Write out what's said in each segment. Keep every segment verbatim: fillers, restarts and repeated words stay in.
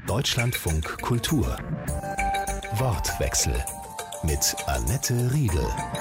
Deutschlandfunk Kultur. Wortwechsel mit Annette Riedel.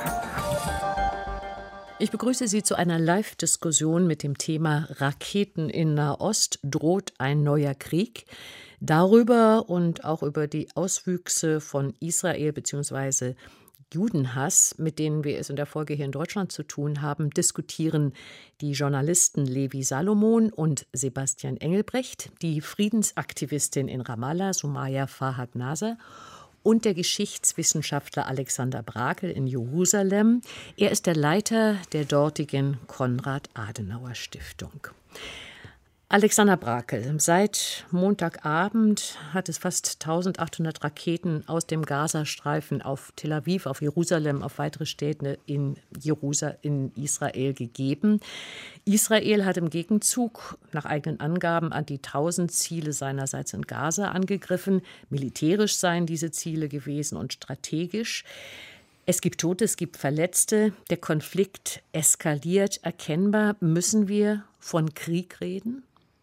Ich begrüße Sie zu einer Live-Diskussion mit dem Thema Raketen in Nahost. Droht ein neuer Krieg? Darüber und auch über die Auswüchse von Israel bzw. Judenhass, mit denen wir es in der Folge hier in Deutschland zu tun haben, diskutieren die Journalisten Levi Salomon und Sebastian Engelbrecht, die Friedensaktivistin in Ramallah, Soumaya Farhad-Naser, und der Geschichtswissenschaftler Alexander Brakel in Jerusalem. Er ist der Leiter der dortigen Konrad-Adenauer-Stiftung. Alexander Brakel, seit Montagabend hat es fast eintausendachthundert Raketen aus dem Gazastreifen auf Tel Aviv, auf Jerusalem, auf weitere Städte in, Jerusal- in Israel gegeben. Israel hat im Gegenzug nach eigenen Angaben an die tausend Ziele seinerseits in Gaza angegriffen. Militärisch seien diese Ziele gewesen und strategisch. Es gibt Tote, es gibt Verletzte. Der Konflikt eskaliert erkennbar. Müssen wir von Krieg reden?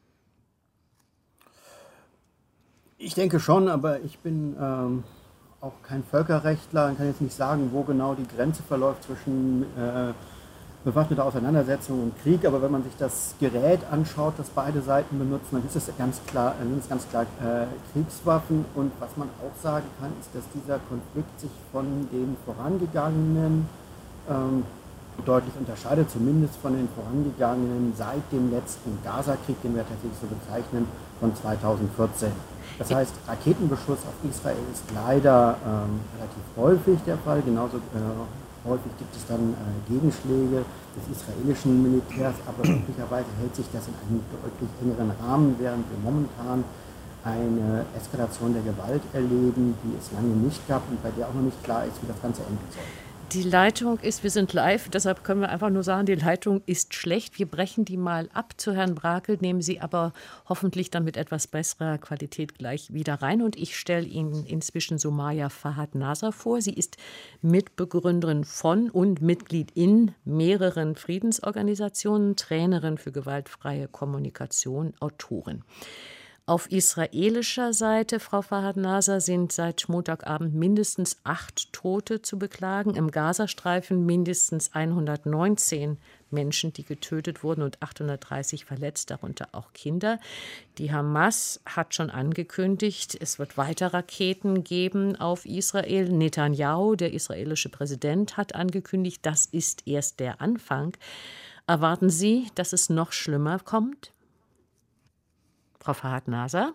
Ich denke schon, aber ich bin ähm, auch kein Völkerrechtler und kann jetzt nicht sagen, wo genau die Grenze verläuft zwischen äh, bewaffneter Auseinandersetzung und Krieg. Aber wenn man sich das Gerät anschaut, das beide Seiten benutzen, dann ist es ganz klar, dann sind es ganz klar äh, Kriegswaffen. Und was man auch sagen kann, ist, dass dieser Konflikt sich von den vorangegangenen ähm, deutlich unterscheidet, zumindest von den vorangegangenen seit dem letzten Gaza-Krieg, den wir tatsächlich so bezeichnen, von zweitausendvierzehn. Das heißt, Raketenbeschuss auf Israel ist leider ähm, relativ häufig der Fall. Genauso äh, häufig gibt es dann äh, Gegenschläge des israelischen Militärs, aber möglicherweise hält sich das in einem deutlich engeren Rahmen, während wir momentan eine Eskalation der Gewalt erleben, die es lange nicht gab und bei der auch noch nicht klar ist, wie das Ganze enden soll. Die Leitung ist, wir sind live, deshalb können wir einfach nur sagen, die Leitung ist schlecht. Wir brechen die mal ab zu Herrn Brakel, nehmen sie aber hoffentlich dann mit etwas besserer Qualität gleich wieder rein. Und ich stelle Ihnen inzwischen Soumaya Farhad-Naser vor. Sie ist Mitbegründerin von und Mitglied in mehreren Friedensorganisationen, Trainerin für gewaltfreie Kommunikation, Autorin. Auf israelischer Seite, Frau Farhad-Naser, sind seit Montagabend mindestens acht Tote zu beklagen. Im Gazastreifen mindestens hundertneunzehn Menschen, die getötet wurden und achthundertdreißig verletzt, darunter auch Kinder. Die Hamas hat schon angekündigt, es wird weiter Raketen geben auf Israel. Netanyahu, der israelische Präsident, hat angekündigt, das ist erst der Anfang. Erwarten Sie, dass es noch schlimmer kommt? Frau Farhad-Naser.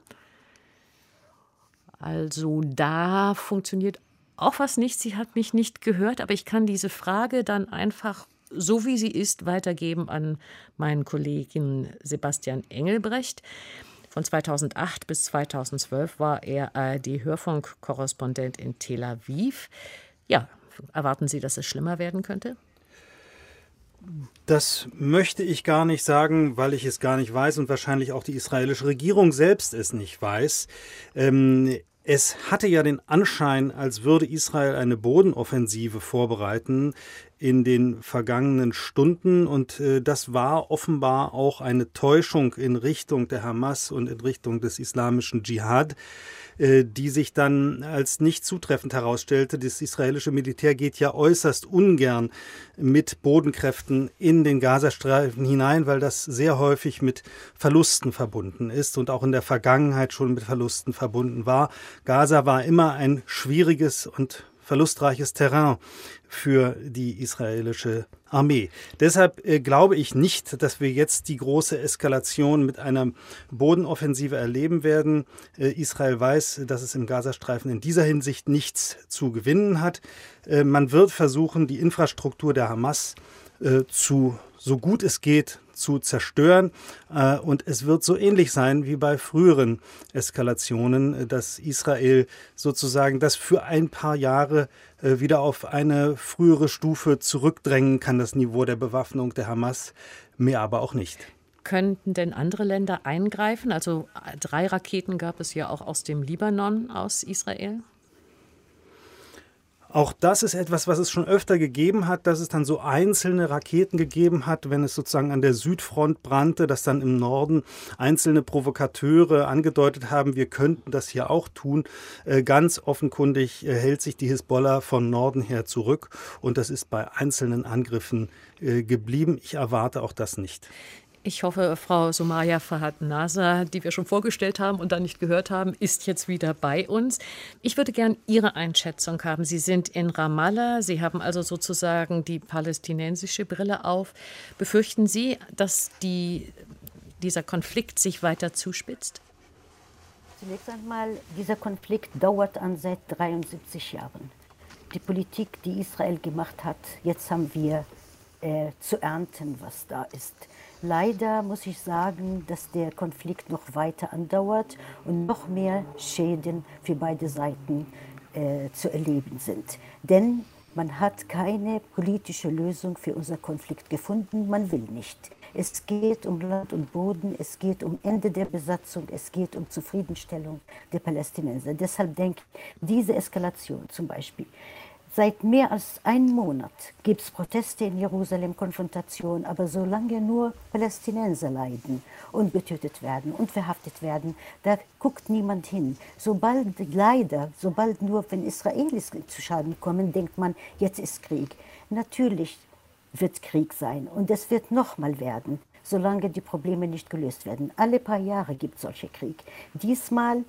Also da funktioniert auch was nicht. Sie hat mich nicht gehört, aber ich kann diese Frage dann einfach, so wie sie ist, weitergeben an meinen Kollegen Sebastian Engelbrecht. Von zweitausendacht bis zweitausendzwölf war er A R D-Hörfunk-Korrespondent in Tel Aviv. Ja, erwarten Sie, dass es schlimmer werden könnte? Das möchte ich gar nicht sagen, weil ich es gar nicht weiß und wahrscheinlich auch die israelische Regierung selbst es nicht weiß. Ähm, es hatte ja den Anschein, als würde Israel eine Bodenoffensive vorbereiten in den vergangenen Stunden. Und äh, das war offenbar auch eine Täuschung in Richtung der Hamas und in Richtung des islamischen Dschihad, die sich dann als nicht zutreffend herausstellte. Das israelische Militär geht ja äußerst ungern mit Bodenkräften in den Gazastreifen hinein, weil das sehr häufig mit Verlusten verbunden ist und auch in der Vergangenheit schon mit Verlusten verbunden war. Gaza war immer ein schwieriges und verlustreiches Terrain für die israelische Armee. Deshalb äh, glaube ich nicht, dass wir jetzt die große Eskalation mit einer Bodenoffensive erleben werden. Äh, Israel weiß, dass es im Gazastreifen in dieser Hinsicht nichts zu gewinnen hat. Äh, man wird versuchen, die Infrastruktur der Hamas äh, zu, so gut es geht, zu zerstören. Und es wird so ähnlich sein wie bei früheren Eskalationen, dass Israel sozusagen das für ein paar Jahre wieder auf eine frühere Stufe zurückdrängen kann, das Niveau der Bewaffnung der Hamas, mehr aber auch nicht. Könnten denn andere Länder eingreifen? Also drei Raketen gab es ja auch aus dem Libanon, aus Israel. Auch das ist etwas, was es schon öfter gegeben hat, dass es dann so einzelne Raketen gegeben hat, wenn es sozusagen an der Südfront brannte, dass dann im Norden einzelne Provokateure angedeutet haben, wir könnten das hier auch tun. Ganz offenkundig hält sich die Hisbollah von Norden her zurück und das ist bei einzelnen Angriffen geblieben. Ich erwarte auch das nicht. Ich hoffe, Frau Somaya Fahad Naser, die wir schon vorgestellt haben und dann nicht gehört haben, ist jetzt wieder bei uns. Ich würde gern Ihre Einschätzung haben. Sie sind in Ramallah, Sie haben also sozusagen die palästinensische Brille auf. Befürchten Sie, dass die, dieser Konflikt sich weiter zuspitzt? Zunächst einmal, dieser Konflikt dauert an seit dreiundsiebzig Jahren. Die Politik, die Israel gemacht hat, jetzt haben wir äh, zu ernten, was da ist. Leider muss ich sagen, dass der Konflikt noch weiter andauert und noch mehr Schäden für beide Seiten äh, zu erleben sind. Denn man hat keine politische Lösung für unseren Konflikt gefunden, man will nicht. Es geht um Land und Boden, es geht um Ende der Besatzung, es geht um Zufriedenstellung der Palästinenser. Deshalb denke ich, diese Eskalation zum Beispiel, seit mehr als einem Monat gibt es Proteste in Jerusalem, Konfrontation, aber solange nur Palästinenser leiden und getötet werden und verhaftet werden, da guckt niemand hin. Sobald leider, sobald nur, wenn Israelis zu Schaden kommen, denkt man, jetzt ist Krieg. Natürlich wird Krieg sein und es wird nochmal werden, solange die Probleme nicht gelöst werden. Alle paar Jahre gibt es solche Krieg. Diesmal,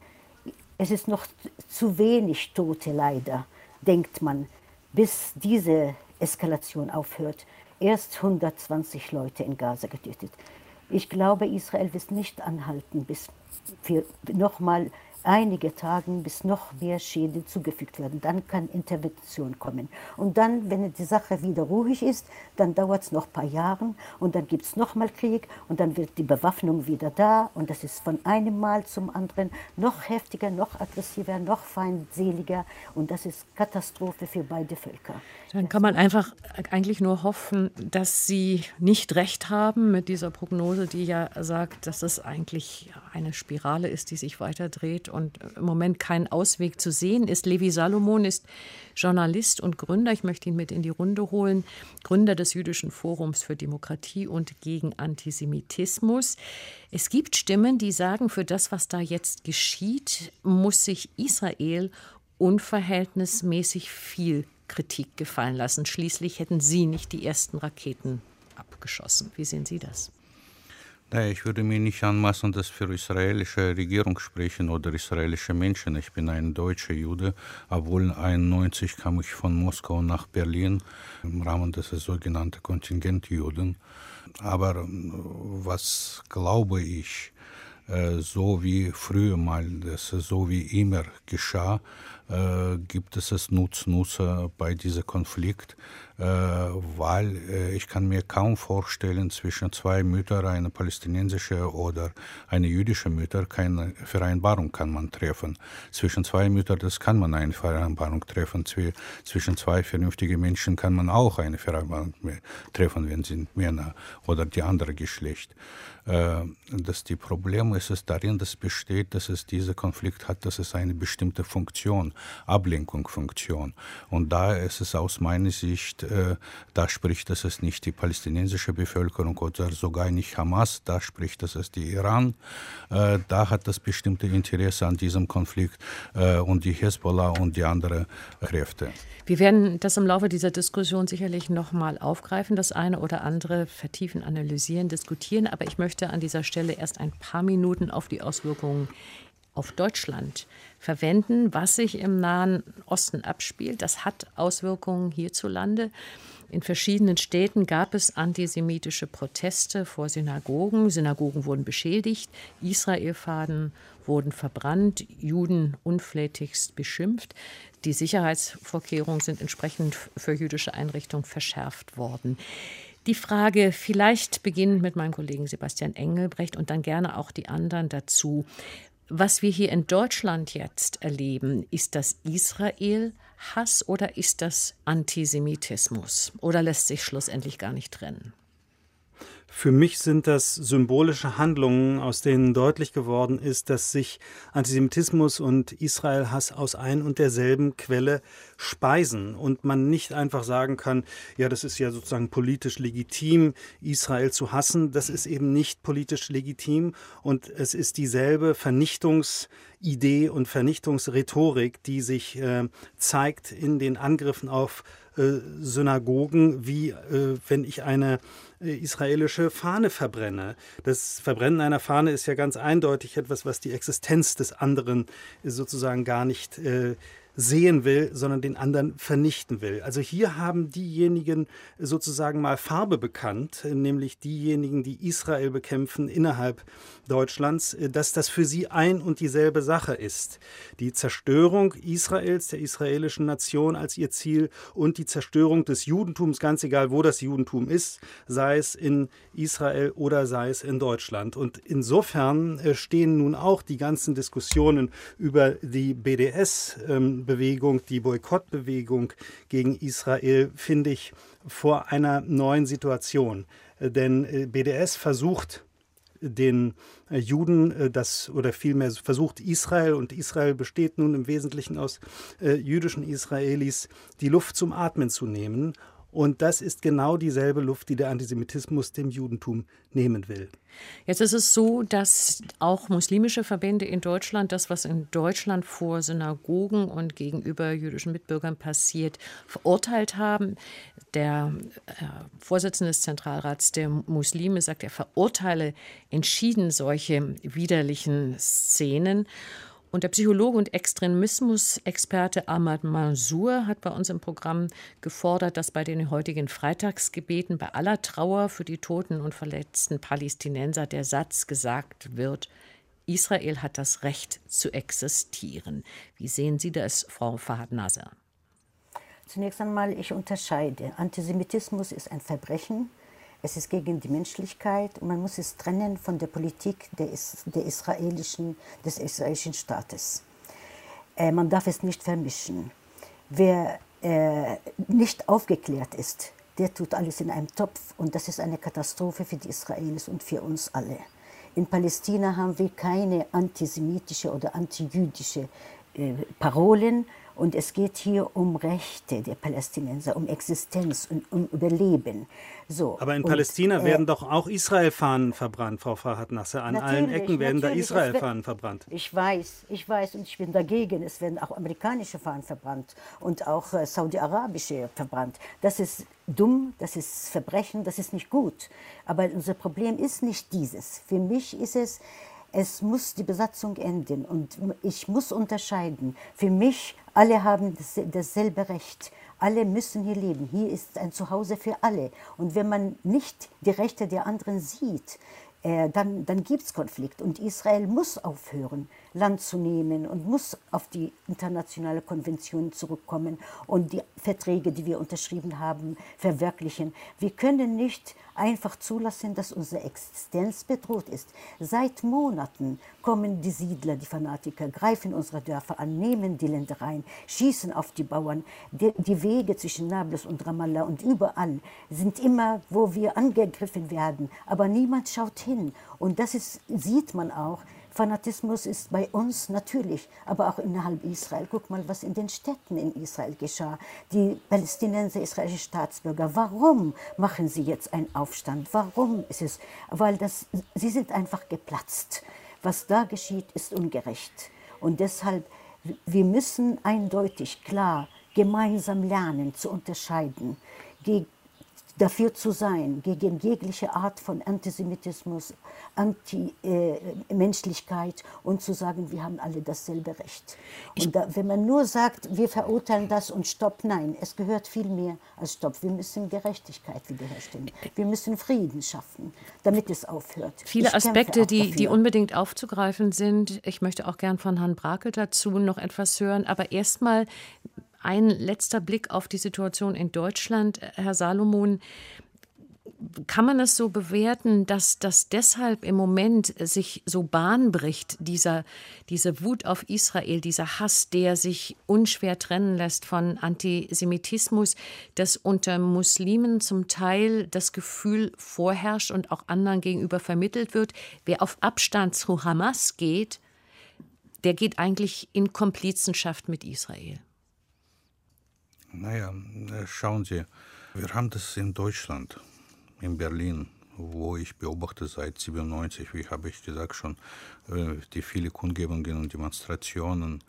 es ist noch zu wenig Tote leider, denkt man, bis diese Eskalation aufhört. Erst hundertzwanzig Leute in Gaza getötet. Ich glaube, Israel wird nicht anhalten, bis für nochmal einige Tage, bis noch mehr Schäden zugefügt werden. Dann kann Intervention kommen. Und dann, wenn die Sache wieder ruhig ist, dann dauert es noch ein paar Jahre und dann gibt es nochmal Krieg und dann wird die Bewaffnung wieder da und das ist von einem Mal zum anderen noch heftiger, noch aggressiver, noch feindseliger und das ist Katastrophe für beide Völker. Dann kann man einfach eigentlich nur hoffen, dass Sie nicht recht haben mit dieser Prognose, die ja sagt, dass es eigentlich eine Spirale ist, die sich weiter dreht und im Moment kein Ausweg zu sehen ist. Levi Salomon ist Journalist und Gründer, ich möchte ihn mit in die Runde holen, Gründer des Jüdischen Forums für Demokratie und gegen Antisemitismus. Es gibt Stimmen, die sagen, für das, was da jetzt geschieht, muss sich Israel unverhältnismäßig viel Kritik gefallen lassen. Schließlich hätten Sie nicht die ersten Raketen abgeschossen. Wie sehen Sie das? Ich würde mir nicht anmaßen, das für israelische Regierung sprechen oder israelische Menschen. Ich bin ein deutscher Jude, obwohl einundneunzig kam ich von Moskau nach Berlin im Rahmen des sogenannten Kontingentjuden. Aber was glaube ich, so wie früher mal, das so wie immer geschah, äh, gibt es es Nutznießer bei diesem Konflikt, äh, weil äh, ich kann mir kaum vorstellen, zwischen zwei Müttern, eine palästinensische oder eine jüdische Mutter, keine Vereinbarung kann man treffen. Zwischen zwei Müttern, das kann man eine Vereinbarung treffen. Zw- zwischen zwei vernünftigen Menschen kann man auch eine Vereinbarung treffen, wenn sie Männer oder die andere Geschlecht. Äh, das die Problem ist es darin, dass besteht, dass es dieser Konflikt hat, dass es eine bestimmte Funktion, Ablenkungsfunktion. Und da ist es aus meiner Sicht, äh, da spricht es ist nicht die palästinensische Bevölkerung oder sogar nicht Hamas, da spricht es ist die Iran. Äh, da hat das bestimmte Interesse an diesem Konflikt äh, und die Hezbollah und die anderen Kräfte. Wir werden das im Laufe dieser Diskussion sicherlich noch mal aufgreifen, das eine oder andere vertiefen, analysieren, diskutieren. Aber ich möchte an dieser Stelle erst ein paar Minuten auf die Auswirkungen auf Deutschland verwenden, was sich im Nahen Osten abspielt. Das hat Auswirkungen hierzulande. In verschiedenen Städten gab es antisemitische Proteste vor Synagogen. Synagogen wurden beschädigt, Israel-Fahnen wurden verbrannt, Juden unflätigst beschimpft. Die Sicherheitsvorkehrungen sind entsprechend für jüdische Einrichtungen verschärft worden. Die Frage, vielleicht beginnend mit meinem Kollegen Sebastian Engelbrecht und dann gerne auch die anderen dazu. Was wir hier in Deutschland jetzt erleben, ist das Israel-Hass oder ist das Antisemitismus? Oder lässt sich schlussendlich gar nicht trennen? Für mich sind das symbolische Handlungen, aus denen deutlich geworden ist, dass sich Antisemitismus und Israelhass aus ein und derselben Quelle speisen und man nicht einfach sagen kann, ja, das ist ja sozusagen politisch legitim, Israel zu hassen. Das ist eben nicht politisch legitim und es ist dieselbe Vernichtungsidee und Vernichtungsrhetorik, die sich äh, zeigt in den Angriffen auf äh, Synagogen, wie äh, wenn ich eine israelische Fahne verbrenne. Das Verbrennen einer Fahne ist ja ganz eindeutig etwas, was die Existenz des anderen sozusagen gar nicht äh, sehen will, sondern den anderen vernichten will. Also hier haben diejenigen sozusagen mal Farbe bekannt, nämlich diejenigen, die Israel bekämpfen innerhalb Deutschlands, dass das für sie ein und dieselbe Sache ist. Die Zerstörung Israels, der israelischen Nation als ihr Ziel und die Zerstörung des Judentums, ganz egal, wo das Judentum ist, sei es in Israel oder sei es in Deutschland. Und insofern stehen nun auch die ganzen Diskussionen über die B D S-Bewegung, die Boykottbewegung gegen Israel, finde ich, vor einer neuen Situation. Denn B D S versucht, den Juden das oder vielmehr versucht Israel, und Israel besteht nun im Wesentlichen aus äh, jüdischen Israelis, die Luft zum Atmen zu nehmen. Und das ist genau dieselbe Luft, die der Antisemitismus dem Judentum nehmen will. Jetzt ist es so, dass auch muslimische Verbände in Deutschland das, was in Deutschland vor Synagogen und gegenüber jüdischen Mitbürgern passiert, verurteilt haben. Der äh, Vorsitzende des Zentralrats der Muslime sagt, er verurteile entschieden solche widerlichen Szenen. Und der Psychologe und Extremismusexperte Ahmad Mansour hat bei uns im Programm gefordert, dass bei den heutigen Freitagsgebeten bei aller Trauer für die toten und verletzten Palästinenser der Satz gesagt wird: Israel hat das Recht zu existieren. Wie sehen Sie das, Frau Farhad-Nasser? Zunächst einmal, ich unterscheide. Antisemitismus ist ein Verbrechen. Es ist gegen die Menschlichkeit und man muss es trennen von der Politik der, der israelischen, des israelischen Staates. Äh, man darf es nicht vermischen. Wer äh, nicht aufgeklärt ist, der tut alles in einem Topf und das ist eine Katastrophe für die Israelis und für uns alle. In Palästina haben wir keine antisemitische oder antijüdische äh, Parolen. Und es geht hier um Rechte der Palästinenser, um Existenz und um Überleben. So, aber in und, Palästina äh, werden doch auch Israel-Fahnen verbrannt, Frau Farhad-Nasser. An allen Ecken werden da Israel-Fahnen verbrannt. Ich weiß, ich weiß und ich bin dagegen. Es werden auch amerikanische Fahnen verbrannt und auch äh, saudi-arabische verbrannt. Das ist dumm, das ist Verbrechen, das ist nicht gut. Aber unser Problem ist nicht dieses. Für mich ist es, es muss die Besatzung enden und ich muss unterscheiden. Für mich, alle haben das, dasselbe Recht. Alle müssen hier leben. Hier ist ein Zuhause für alle. Und wenn man nicht die Rechte der anderen sieht, äh, dann, dann gibt es Konflikt. Und Israel muss aufhören, Land zu nehmen und muss auf die internationale Konvention zurückkommen und die Verträge, die wir unterschrieben haben, verwirklichen. Wir können nicht einfach zulassen, dass unsere Existenz bedroht ist. Seit Monaten kommen die Siedler, die Fanatiker, greifen unsere Dörfer an, nehmen die Ländereien, schießen auf die Bauern. Die, die Wege zwischen Nablus und Ramallah und überall sind immer, wo wir angegriffen werden. Aber niemand schaut hin. Und das ist, sieht man auch. Fanatismus ist bei uns natürlich, aber auch innerhalb Israel. Guck mal, was in den Städten in Israel geschah. Die Palästinenser, israelische Staatsbürger, warum machen sie jetzt einen Aufstand? Warum ist es? Weil das, sie sind einfach geplatzt. Was da geschieht, ist ungerecht. Und deshalb, wir müssen eindeutig, klar, gemeinsam lernen zu unterscheiden, gegen dafür zu sein, gegen jegliche Art von Antisemitismus, Anti-Menschlichkeit äh, und zu sagen, wir haben alle dasselbe Recht. Und da, wenn man nur sagt, wir verurteilen das und Stopp, nein, es gehört viel mehr als Stopp. Wir müssen Gerechtigkeit wiederherstellen. Wir müssen Frieden schaffen, damit es aufhört. Viele Aspekte, die, die unbedingt aufzugreifen sind. Ich möchte auch gern von Herrn Brakel dazu noch etwas hören, aber erstmal ein letzter Blick auf die Situation in Deutschland. Herr Salomon, kann man es so bewerten, dass das deshalb im Moment sich so Bahn bricht, dieser, diese Wut auf Israel, dieser Hass, der sich unschwer trennen lässt von Antisemitismus, dass unter Muslimen zum Teil das Gefühl vorherrscht und auch anderen gegenüber vermittelt wird, wer auf Abstand zu Hamas geht, der geht eigentlich in Komplizenschaft mit Israel. Naja, schauen Sie, wir haben das in Deutschland, in Berlin, wo ich beobachte seit siebenundneunzig, wie habe ich gesagt schon, die viele Kundgebungen und Demonstrationen,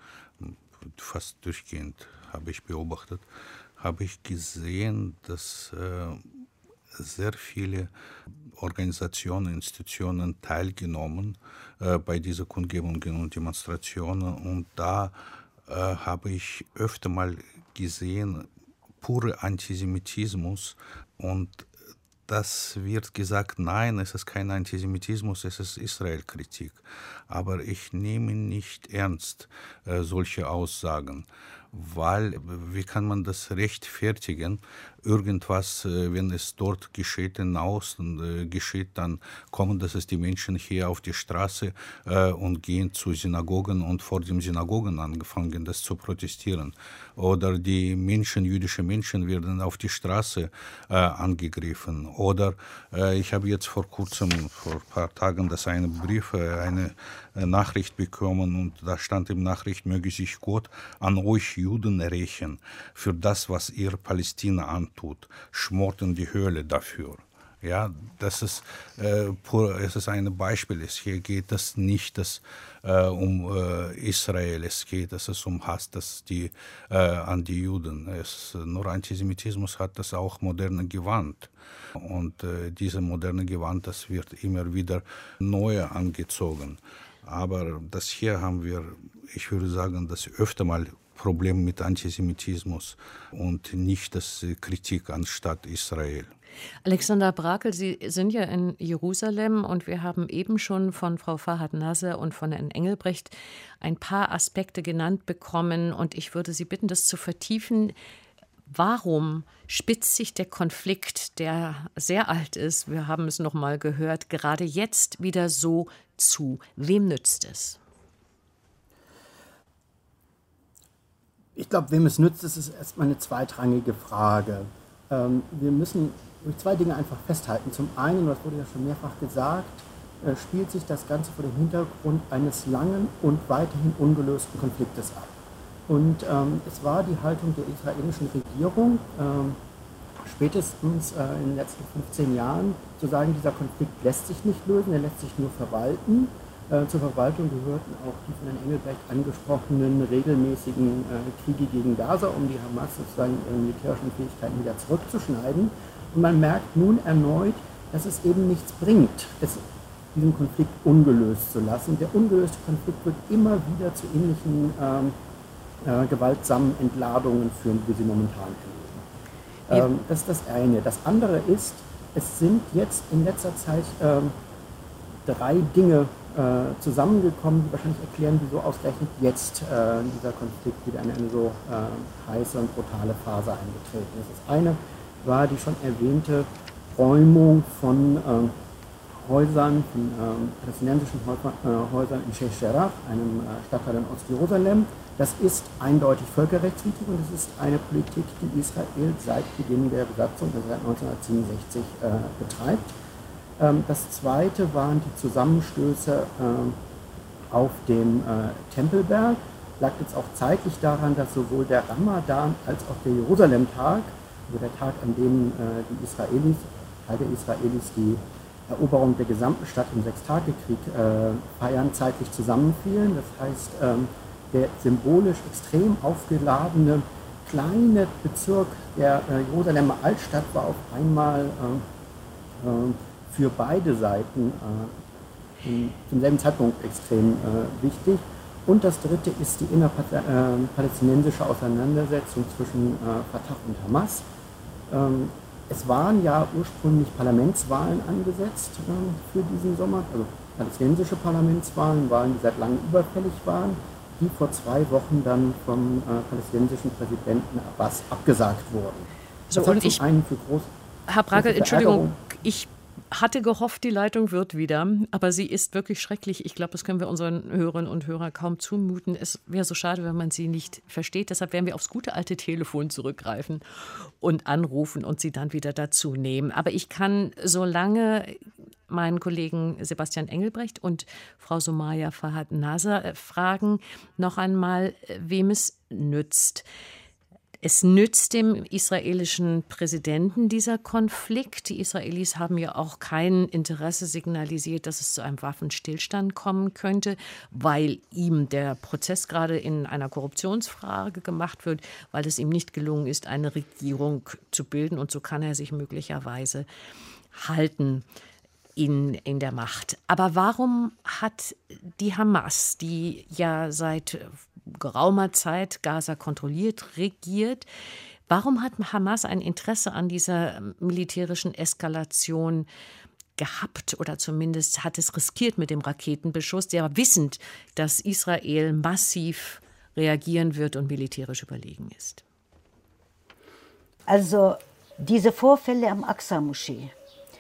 fast durchgehend habe ich beobachtet, habe ich gesehen, dass äh, sehr viele Organisationen, Institutionen teilgenommen äh, bei diesen Kundgebungen und Demonstrationen, und da äh, habe ich öfter mal gesehen, pure Antisemitismus, und das wird gesagt, nein, es ist kein Antisemitismus, es ist Israel-Kritik. Aber ich nehme nicht ernst äh, solche Aussagen, weil, wie kann man das rechtfertigen? Irgendwas, äh, wenn es dort geschieht, in Außen äh, geschieht, dann kommen das ist die Menschen hier auf die Straße äh, und gehen zu Synagogen, und vor den Synagogen angefangen, das zu protestieren. Oder die Menschen, jüdische Menschen werden auf die Straße äh, angegriffen. Oder äh, ich habe jetzt vor kurzem, vor ein paar Tagen, das eine Brief, äh, eine äh, Nachricht bekommen, und da stand im Nachricht, möge sich Gott an euch Juden rächen für das, was ihr Palästina antut. Schmort in die Höhle dafür. Ja, das ist, äh, pur, es ist ein Beispiel. Es hier geht es nicht das, äh, um äh, Israel, es geht es ist um Hass das die, äh, an die Juden. Es, nur Antisemitismus hat das auch moderne Gewand. Und äh, diese moderne Gewand, das wird immer wieder neu angezogen. Aber das hier haben wir, ich würde sagen, das öfter mal Problem mit Antisemitismus und nicht das Kritik an Staat Israel. Alexander Brakel, Sie sind ja in Jerusalem, und wir haben eben schon von Frau Farhad-Nasser und von Herrn Engelbrecht ein paar Aspekte genannt bekommen, und ich würde Sie bitten, das zu vertiefen. Warum spitzt sich der Konflikt, der sehr alt ist, wir haben es noch mal gehört, gerade jetzt wieder so zu? Wem nützt es? Ich glaube, wem es nützt, ist, ist erstmal eine zweitrangige Frage. Ähm, wir müssen durch zwei Dinge einfach festhalten. Zum einen, das wurde ja schon mehrfach gesagt, äh, spielt sich das Ganze vor dem Hintergrund eines langen und weiterhin ungelösten Konfliktes ab. Und ähm, es war die Haltung der israelischen Regierung, ähm, spätestens äh, in den letzten fünfzehn Jahren, zu sagen, dieser Konflikt lässt sich nicht lösen, er lässt sich nur verwalten. Äh, zur Verwaltung gehörten auch die von Herrn Engelbrecht angesprochenen regelmäßigen äh, Kriege gegen Gaza, um die Hamas sozusagen ihre militärischen Fähigkeiten wieder zurückzuschneiden. Und man merkt nun erneut, dass es eben nichts bringt, es, diesen Konflikt ungelöst zu lassen. Der ungelöste Konflikt wird immer wieder zu ähnlichen ähm, äh, gewaltsamen Entladungen führen, wie wir sie momentan erleben. Ähm, das ist das eine. Das andere ist, es sind jetzt in letzter Zeit ähm, drei Dinge äh, zusammengekommen, die wahrscheinlich erklären, wieso ausgerechnet jetzt äh, dieser Konflikt wieder in eine so äh, heiße und brutale Phase eingetreten ist. Das eine war die schon erwähnte Räumung von ähm, Häusern, von ähm, palästinensischen Häuser, äh, Häusern in Sheikh Jarrah, einem äh, Stadtteil in Ostjerusalem. Das ist eindeutig völkerrechtswidrig, und es ist eine Politik, die Israel seit Beginn der Besatzung, also seit neunzehnhundertsiebenundsechzig, äh, betreibt. Ähm, das zweite waren die Zusammenstöße äh, auf dem äh, Tempelberg. Lag jetzt auch zeitlich daran, dass sowohl der Ramadan als auch der Jerusalem-Tag, also der Tag, an dem äh, die Israelis, Teil der Israelis die Eroberung der gesamten Stadt im Sechstagekrieg äh, feiern, zeitlich zusammenfielen. Das heißt, ähm, der symbolisch extrem aufgeladene kleine Bezirk der äh, Jerusalemer Altstadt war auf einmal äh, äh, für beide Seiten äh, in, zum selben Zeitpunkt extrem äh, wichtig. Und das dritte ist die innerpalästinensische Auseinandersetzung zwischen äh, Fatah und Hamas. Ähm, es waren ja ursprünglich Parlamentswahlen angesetzt äh, für diesen Sommer, also palästinensische Parlamentswahlen, Wahlen, die seit langem überfällig waren, die vor zwei Wochen dann vom äh, palästinensischen Präsidenten Abbas abgesagt wurden. So, das hat und zum ich, einen für groß, Herr Brakel, Entschuldigung, Ich hatte gehofft, die Leitung wird wieder, aber sie ist wirklich schrecklich. Ich glaube, das können wir unseren Hörerinnen und Hörern kaum zumuten. Es wäre so schade, wenn man sie nicht versteht. Deshalb werden wir aufs gute alte Telefon zurückgreifen und anrufen und sie dann wieder dazu nehmen. Aber ich kann, solange meinen Kollegen Sebastian Engelbrecht und Frau Somaya Farhad-Naser fragen, noch einmal, wem es nützt. Es nützt dem israelischen Präsidenten dieser Konflikt. Die Israelis haben ja auch kein Interesse signalisiert, dass es zu einem Waffenstillstand kommen könnte, weil ihm der Prozess gerade in einer Korruptionsfrage gemacht wird, weil es ihm nicht gelungen ist, eine Regierung zu bilden. Und so kann er sich möglicherweise halten in, in der Macht. Aber warum hat die Hamas, die ja seit geraumer Zeit Gaza kontrolliert, regiert, warum hat Hamas ein Interesse an dieser militärischen Eskalation gehabt oder zumindest hat es riskiert mit dem Raketenbeschuss, der wissend, dass Israel massiv reagieren wird und militärisch überlegen ist? Also diese Vorfälle am Aqsa-Moschee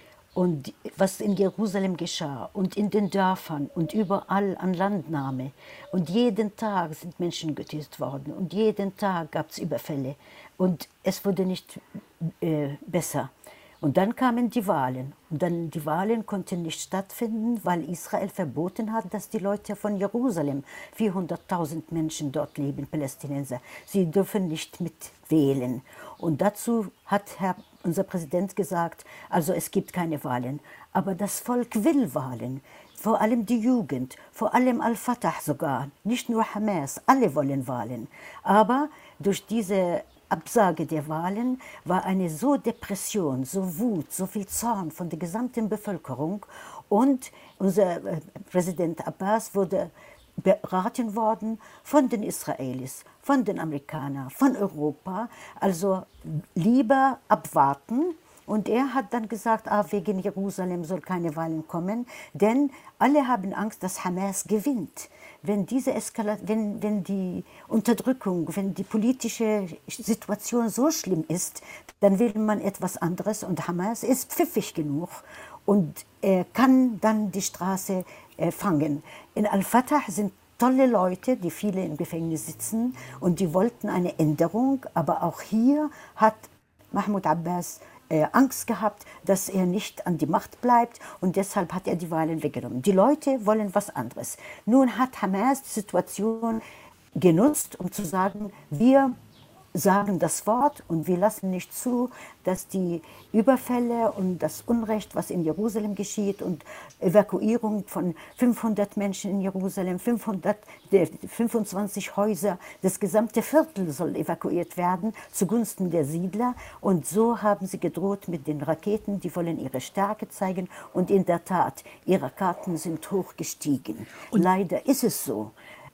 und was in Jerusalem geschah und in den Dörfern und überall an Landnahme. Und jeden Tag sind Menschen getötet worden und jeden Tag gab es Überfälle. Und es wurde nicht äh, besser. Und dann kamen die Wahlen. Und dann die Wahlen konnten nicht stattfinden, weil Israel verboten hat, dass die Leute von Jerusalem, vierhunderttausend Menschen dort leben, Palästinenser, sie dürfen nicht mitwählen. Und dazu hat Herr, unser Präsident gesagt, also es gibt keine Wahlen. Aber das Volk will Wahlen. Vor allem die Jugend, vor allem Al-Fatah sogar, nicht nur Hamas, alle wollen Wahlen. Aber durch diese Absage der Wahlen war eine so Depression, so Wut, so viel Zorn von der gesamten Bevölkerung. Und unser Präsident Abbas wurde beraten worden von den Israelis, von den Amerikanern, von Europa. Also lieber abwarten. Und er hat dann gesagt, ah, wegen Jerusalem soll keine Wahlen kommen, denn alle haben Angst, dass Hamas gewinnt. Wenn diese Eskala- wenn, wenn die Unterdrückung, wenn die politische Situation so schlimm ist, dann will man etwas anderes und Hamas ist pfiffig genug und äh, kann dann die Straße äh, fangen. In Al-Fatah sind tolle Leute, die viele im Gefängnis sitzen und die wollten eine Änderung, aber auch hier hat Mahmoud Abbas Äh, Angst gehabt, dass er nicht an die Macht bleibt und deshalb hat er die Wahlen weggenommen. Die Leute wollen was anderes. Nun hat Hamas die Situation genutzt, um zu sagen, wir sagen das Wort und wir lassen nicht zu, dass die Überfälle und das Unrecht, was in Jerusalem geschieht und Evakuierung von fünfhundert Menschen in Jerusalem, fünfhundert, fünfundzwanzig Häuser, das gesamte Viertel soll evakuiert werden zugunsten der Siedler. Und so haben sie gedroht mit den Raketen, die wollen ihre Stärke zeigen. Und in der Tat, ihre Karten sind hoch gestiegen. Und leider ist es so.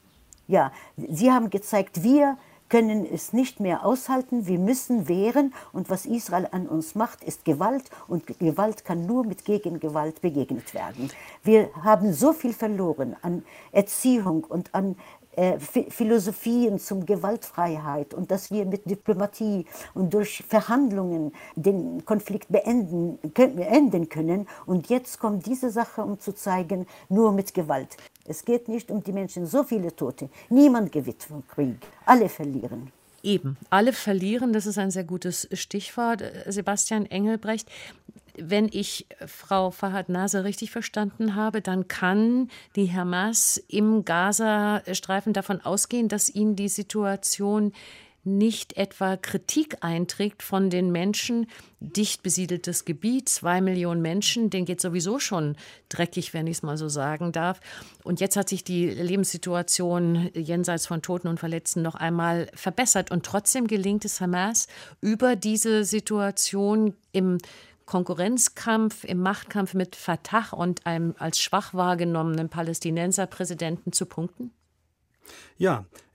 Ja, sie haben gezeigt, wir können es nicht mehr aushalten, wir müssen wehren und was Israel an uns macht, ist Gewalt und Gewalt kann nur mit Gegengewalt begegnet werden. Wir haben so viel verloren an Erziehung und an äh, Philosophien zum Gewaltfreiheit und dass wir mit Diplomatie und durch Verhandlungen den Konflikt beenden, beenden können und jetzt kommt diese Sache, um zu zeigen, nur mit Gewalt. Es geht nicht um die Menschen, so viele Tote. Niemand gewinnt vom Krieg. Alle verlieren. Eben, alle verlieren, das ist ein sehr gutes Stichwort. Sebastian Engelbrecht, wenn ich Frau Farhad-Naser richtig verstanden habe, dann kann die Hamas im Gazastreifen davon ausgehen, dass ihnen die Situation nicht etwa Kritik einträgt von den Menschen, dicht besiedeltes Gebiet, zwei Millionen Menschen, denen geht sowieso schon dreckig, wenn ich es mal so sagen darf. Und jetzt hat sich die Lebenssituation jenseits von Toten und Verletzten noch einmal verbessert. Und trotzdem gelingt es Hamas, über diese Situation im Konkurrenzkampf, im Machtkampf mit Fatah und einem als schwach wahrgenommenen Palästinenserpräsidenten zu punkten? Ja,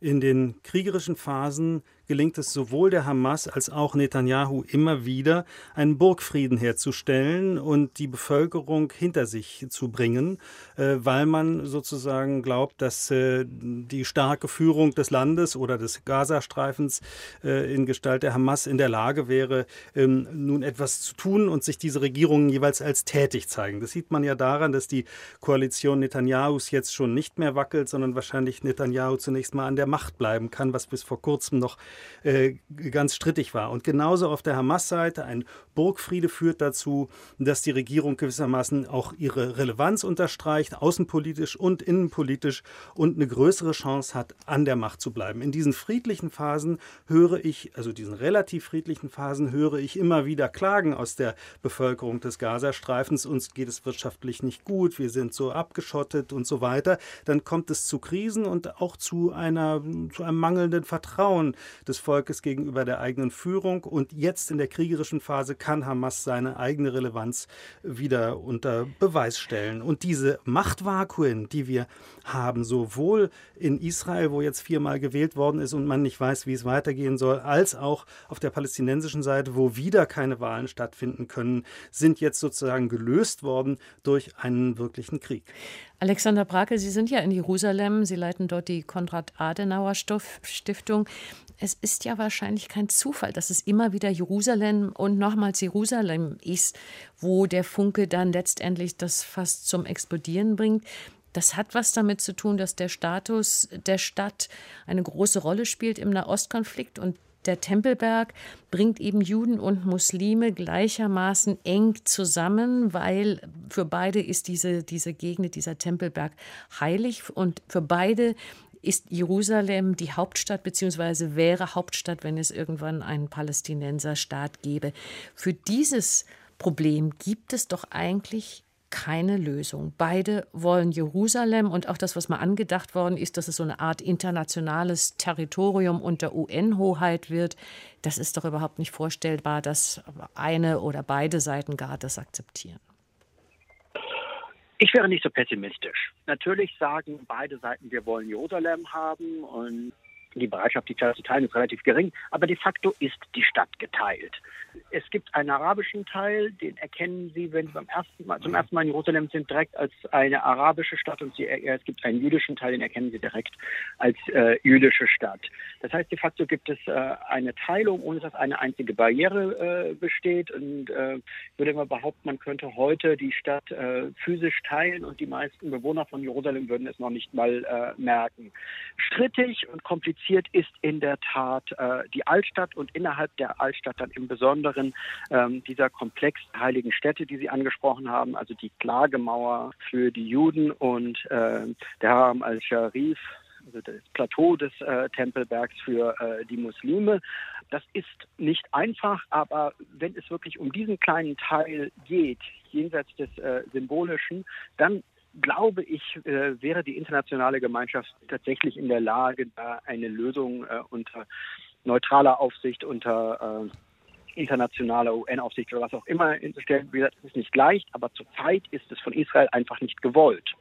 In den kriegerischen Phasen gelingt es sowohl der Hamas als auch Netanyahu immer wieder, einen Burgfrieden herzustellen und die Bevölkerung hinter sich zu bringen, äh, weil man sozusagen glaubt, dass äh, die starke Führung des Landes oder des Gazastreifens äh, in Gestalt der Hamas in der Lage wäre, ähm, nun etwas zu tun und sich diese Regierungen jeweils als tätig zeigen. Das sieht man ja daran, dass die Koalition Netanyahus jetzt schon nicht mehr wackelt, sondern wahrscheinlich Netanyahu zunächst mal an der Macht bleiben kann, was bis vor kurzem noch äh, ganz strittig war. Und genauso auf der Hamas-Seite, ein Burgfriede führt dazu, dass die Regierung gewissermaßen auch ihre Relevanz unterstreicht, außenpolitisch und innenpolitisch, und eine größere Chance hat, an der Macht zu bleiben. In diesen friedlichen Phasen höre ich, also diesen relativ friedlichen Phasen, höre ich immer wieder Klagen aus der Bevölkerung des Gazastreifens, uns geht es wirtschaftlich nicht gut, wir sind so abgeschottet und so weiter. Dann kommt es zu Krisen und auch zu einer, zu einem mangelnden Vertrauen des Volkes gegenüber der eigenen Führung. Und jetzt in der kriegerischen Phase kann Hamas seine eigene Relevanz wieder unter Beweis stellen. Und diese Machtvakuen, die wir haben, sowohl in Israel, wo jetzt viermal gewählt worden ist und man nicht weiß, wie es weitergehen soll, als auch auf der palästinensischen Seite, wo wieder keine Wahlen stattfinden können, sind jetzt sozusagen gelöst worden durch einen wirklichen Krieg. Alexander Brakel, Sie sind ja in Jerusalem, Sie leiten dort die Konrad-Adenauer-Stiftung. Es ist ja wahrscheinlich kein Zufall, dass es immer wieder Jerusalem und nochmals Jerusalem ist, wo der Funke dann letztendlich das fast zum Explodieren bringt. Das hat was damit zu tun, dass der Status der Stadt eine große Rolle spielt im Nahostkonflikt, und der Tempelberg bringt eben Juden und Muslime gleichermaßen eng zusammen, weil für beide ist diese, diese Gegend, dieser Tempelberg heilig, und für beide ist Jerusalem die Hauptstadt, beziehungsweise wäre Hauptstadt, wenn es irgendwann einen Palästinenserstaat gäbe. Für dieses Problem gibt es doch eigentlich keine Lösung. Beide wollen Jerusalem, und auch das, was mal angedacht worden ist, dass es so eine Art internationales Territorium unter U N-Hoheit wird, das ist doch überhaupt nicht vorstellbar, dass eine oder beide Seiten gar das akzeptieren. Ich wäre nicht so pessimistisch. Natürlich sagen beide Seiten, wir wollen Jerusalem haben, und die Bereitschaft, die Stadt zu teilen, ist relativ gering, aber de facto ist die Stadt geteilt. Es gibt einen arabischen Teil, den erkennen Sie, wenn Sie beim ersten Mal, zum ersten Mal in Jerusalem sind, direkt als eine arabische Stadt, und Sie, es gibt einen jüdischen Teil, den erkennen Sie direkt als äh, jüdische Stadt. Das heißt, de facto gibt es äh, eine Teilung, ohne dass eine einzige Barriere äh, besteht, und äh, ich würde mal behaupten, man könnte heute die Stadt äh, physisch teilen, und die meisten Bewohner von Jerusalem würden es noch nicht mal äh, merken. Strittig und kompliziert ist in der Tat äh, die Altstadt, und innerhalb der Altstadt dann im Besonderen ähm, dieser Komplex der heiligen Städte, die Sie angesprochen haben, also die Klagemauer für die Juden und äh, der Haram al-Sharif, also das Plateau des äh, Tempelbergs für äh, die Muslime. Das ist nicht einfach, aber wenn es wirklich um diesen kleinen Teil geht, jenseits des äh, Symbolischen, dann glaube ich, äh, wäre die internationale Gemeinschaft tatsächlich in der Lage, da eine Lösung äh, unter neutraler Aufsicht, unter äh, internationaler U N-Aufsicht oder was auch immer hinzustellen. Wie gesagt, es ist nicht leicht, aber zurzeit ist es von Israel einfach nicht gewollt.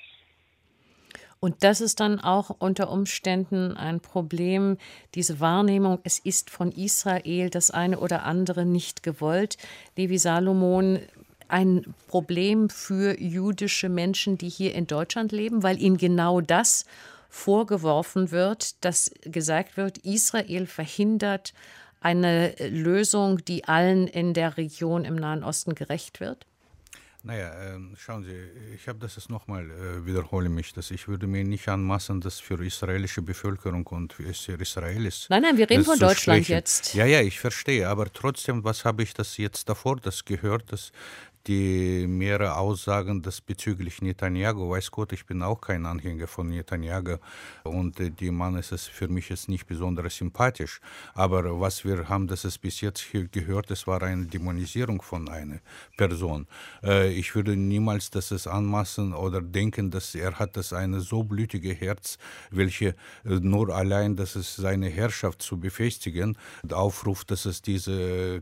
Und das ist dann auch unter Umständen ein Problem, diese Wahrnehmung, es ist von Israel das eine oder andere nicht gewollt. Levi Salomon, ein Problem für jüdische Menschen, die hier in Deutschland leben, weil ihnen genau das vorgeworfen wird, dass gesagt wird, Israel verhindert eine Lösung, die allen in der Region im Nahen Osten gerecht wird? Naja, äh, schauen Sie, ich habe das jetzt nochmal, äh, wiederhole mich, dass ich würde mir nicht anmaßen, das für israelische Bevölkerung und für Israelis. Nein, nein, wir reden von Deutschland sprechen. jetzt. Ja, ja, ich verstehe, aber trotzdem, was habe ich das jetzt davor das gehört, dass die mehrere Aussagen das bezüglich Netanyahu, weiß Gott, ich bin auch kein Anhänger von Netanyahu, und äh, die Mann ist es für mich jetzt nicht besonders sympathisch, aber was wir haben, das ist bis jetzt gehört, es war eine Dämonisierung von einer Person. Äh, ich würde niemals das es anmaßen oder denken, dass er hat das eine so blütige Herz, welche äh, nur allein, dass es seine Herrschaft zu befestigen, aufruft, dass es diese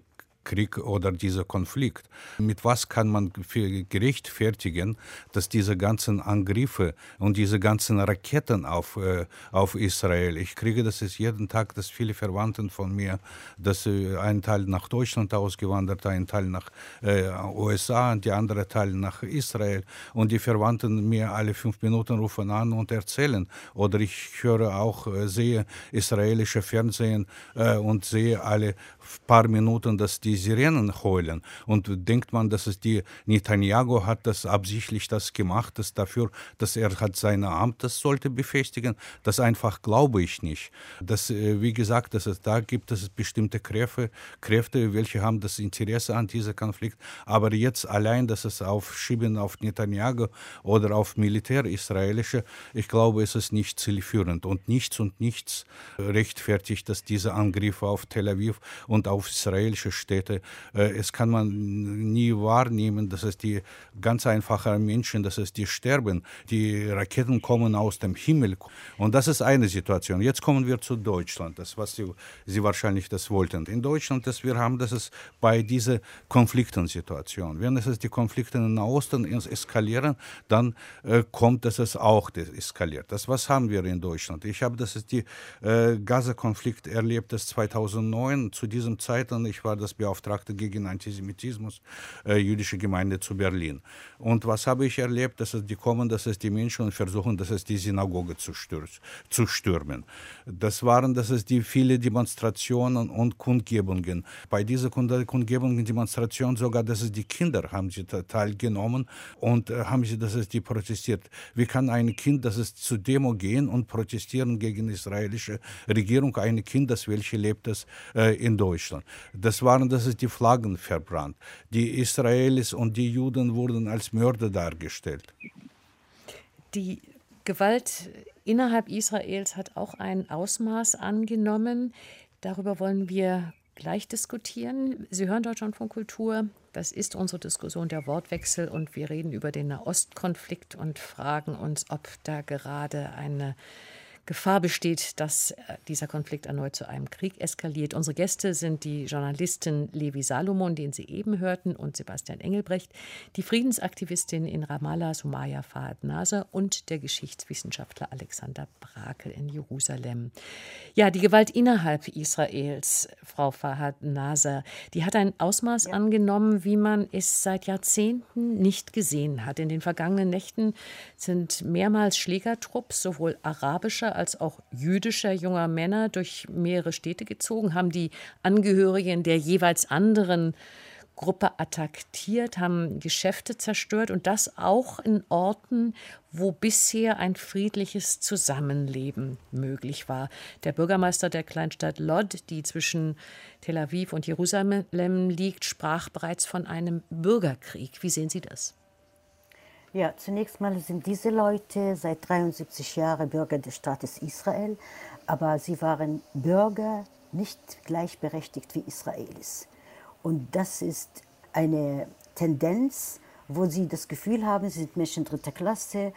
Krieg oder dieser Konflikt. Mit was kann man gerechtfertigen, dass diese ganzen Angriffe und diese ganzen Raketen auf, äh, auf Israel, ich kriege das ist jeden Tag, dass viele Verwandten von mir, dass äh, ein Teil nach Deutschland ausgewandert, ein Teil nach äh, U S A und die andere Teil nach Israel, und die Verwandten mir alle fünf Minuten rufen an und erzählen. Oder ich höre auch, äh, sehe israelische Fernsehen äh, und sehe alle paar Minuten, dass die Sirenen heulen. Und denkt man, dass es die Netanyahu hat das absichtlich das gemacht, dass dafür, dass er hat sein Amt, das sollte befestigen. Das einfach glaube ich nicht. Das, äh, wie gesagt, dass es da gibt es bestimmte Kräfte, Kräfte, welche haben das Interesse an diesem Konflikt. Aber jetzt allein, dass es aufschieben auf Netanyahu oder auf Militär israelische, ich glaube, es ist nicht zielführend. Und nichts und nichts rechtfertigt, dass diese Angriffe auf Tel Aviv und auf israelische Städte, äh, es kann man nie wahrnehmen, dass es die ganz einfachen Menschen, dass es die sterben. Die Raketen kommen aus dem Himmel. Und das ist eine Situation. Jetzt kommen wir zu Deutschland, das, was Sie, Sie wahrscheinlich das wollten. In Deutschland, dass wir haben, das ist bei dieser Konfliktensituation. Wenn es ist die Konflikte in Osten eskalieren, dann äh, kommt, dass es auch eskaliert. Das, was haben wir in Deutschland? Ich habe, das ist die äh, Gaza-Konflikt erlebt, das zweitausendneun. Zu diesem Zeitpunkt, ich war das Beauftragte gegen Antisemitismus, äh, jüdische Gemeinde zu Berlin. Und was habe ich erlebt? Dass es die kommen, dass es die Menschen und versuchen, dass es die Synagoge zu, stürz, zu stürmen. Das waren, dass es die viele Demonstrationen und Kundgebungen. Bei dieser Kundgebungen, Demonstrationen sogar, dass es die Kinder haben sie teilgenommen und äh, haben sie, dass es die protestiert. Wie kann ein Kind, dass es zu Demo gehen und protestieren gegen die israelische Regierung, ein Kind, das welche lebt es äh, in Deutschland. Das waren, das ist die Flaggen verbrannt. Die Israelis und die Juden wurden als Mörder dargestellt. Die Gewalt innerhalb Israels hat auch ein Ausmaß angenommen. Darüber wollen wir gleich diskutieren. Sie hören Deutschlandfunk Kultur. Das ist unsere Diskussion, der Wortwechsel, und wir reden über den Nahostkonflikt und fragen uns, ob da gerade eine Gefahr besteht, dass dieser Konflikt erneut zu einem Krieg eskaliert. Unsere Gäste sind die Journalistin Levi Salomon, den Sie eben hörten, und Sebastian Engelbrecht, die Friedensaktivistin in Ramallah, Sumaya Fahad-Naser, und der Geschichtswissenschaftler Alexander Brakel in Jerusalem. Ja, die Gewalt innerhalb Israels, Frau Fahad-Naser, die hat ein Ausmaß ja. angenommen, wie man es seit Jahrzehnten nicht gesehen hat. In den vergangenen Nächten sind mehrmals Schlägertrupps, sowohl arabischer als auch jüdischer junger Männer durch mehrere Städte gezogen, haben die Angehörigen der jeweils anderen Gruppe attackiert, haben Geschäfte zerstört, und das auch in Orten, wo bisher ein friedliches Zusammenleben möglich war. Der Bürgermeister der Kleinstadt Lod, die zwischen Tel Aviv und Jerusalem liegt, sprach bereits von einem Bürgerkrieg. Wie sehen Sie das? Ja, zunächst mal sind diese Leute seit dreiundsiebzig Jahren Bürger des Staates Israel, aber sie waren Bürger nicht gleichberechtigt wie Israelis. Und das ist eine Tendenz, wo sie das Gefühl haben, sie sind Menschen dritter Klasse.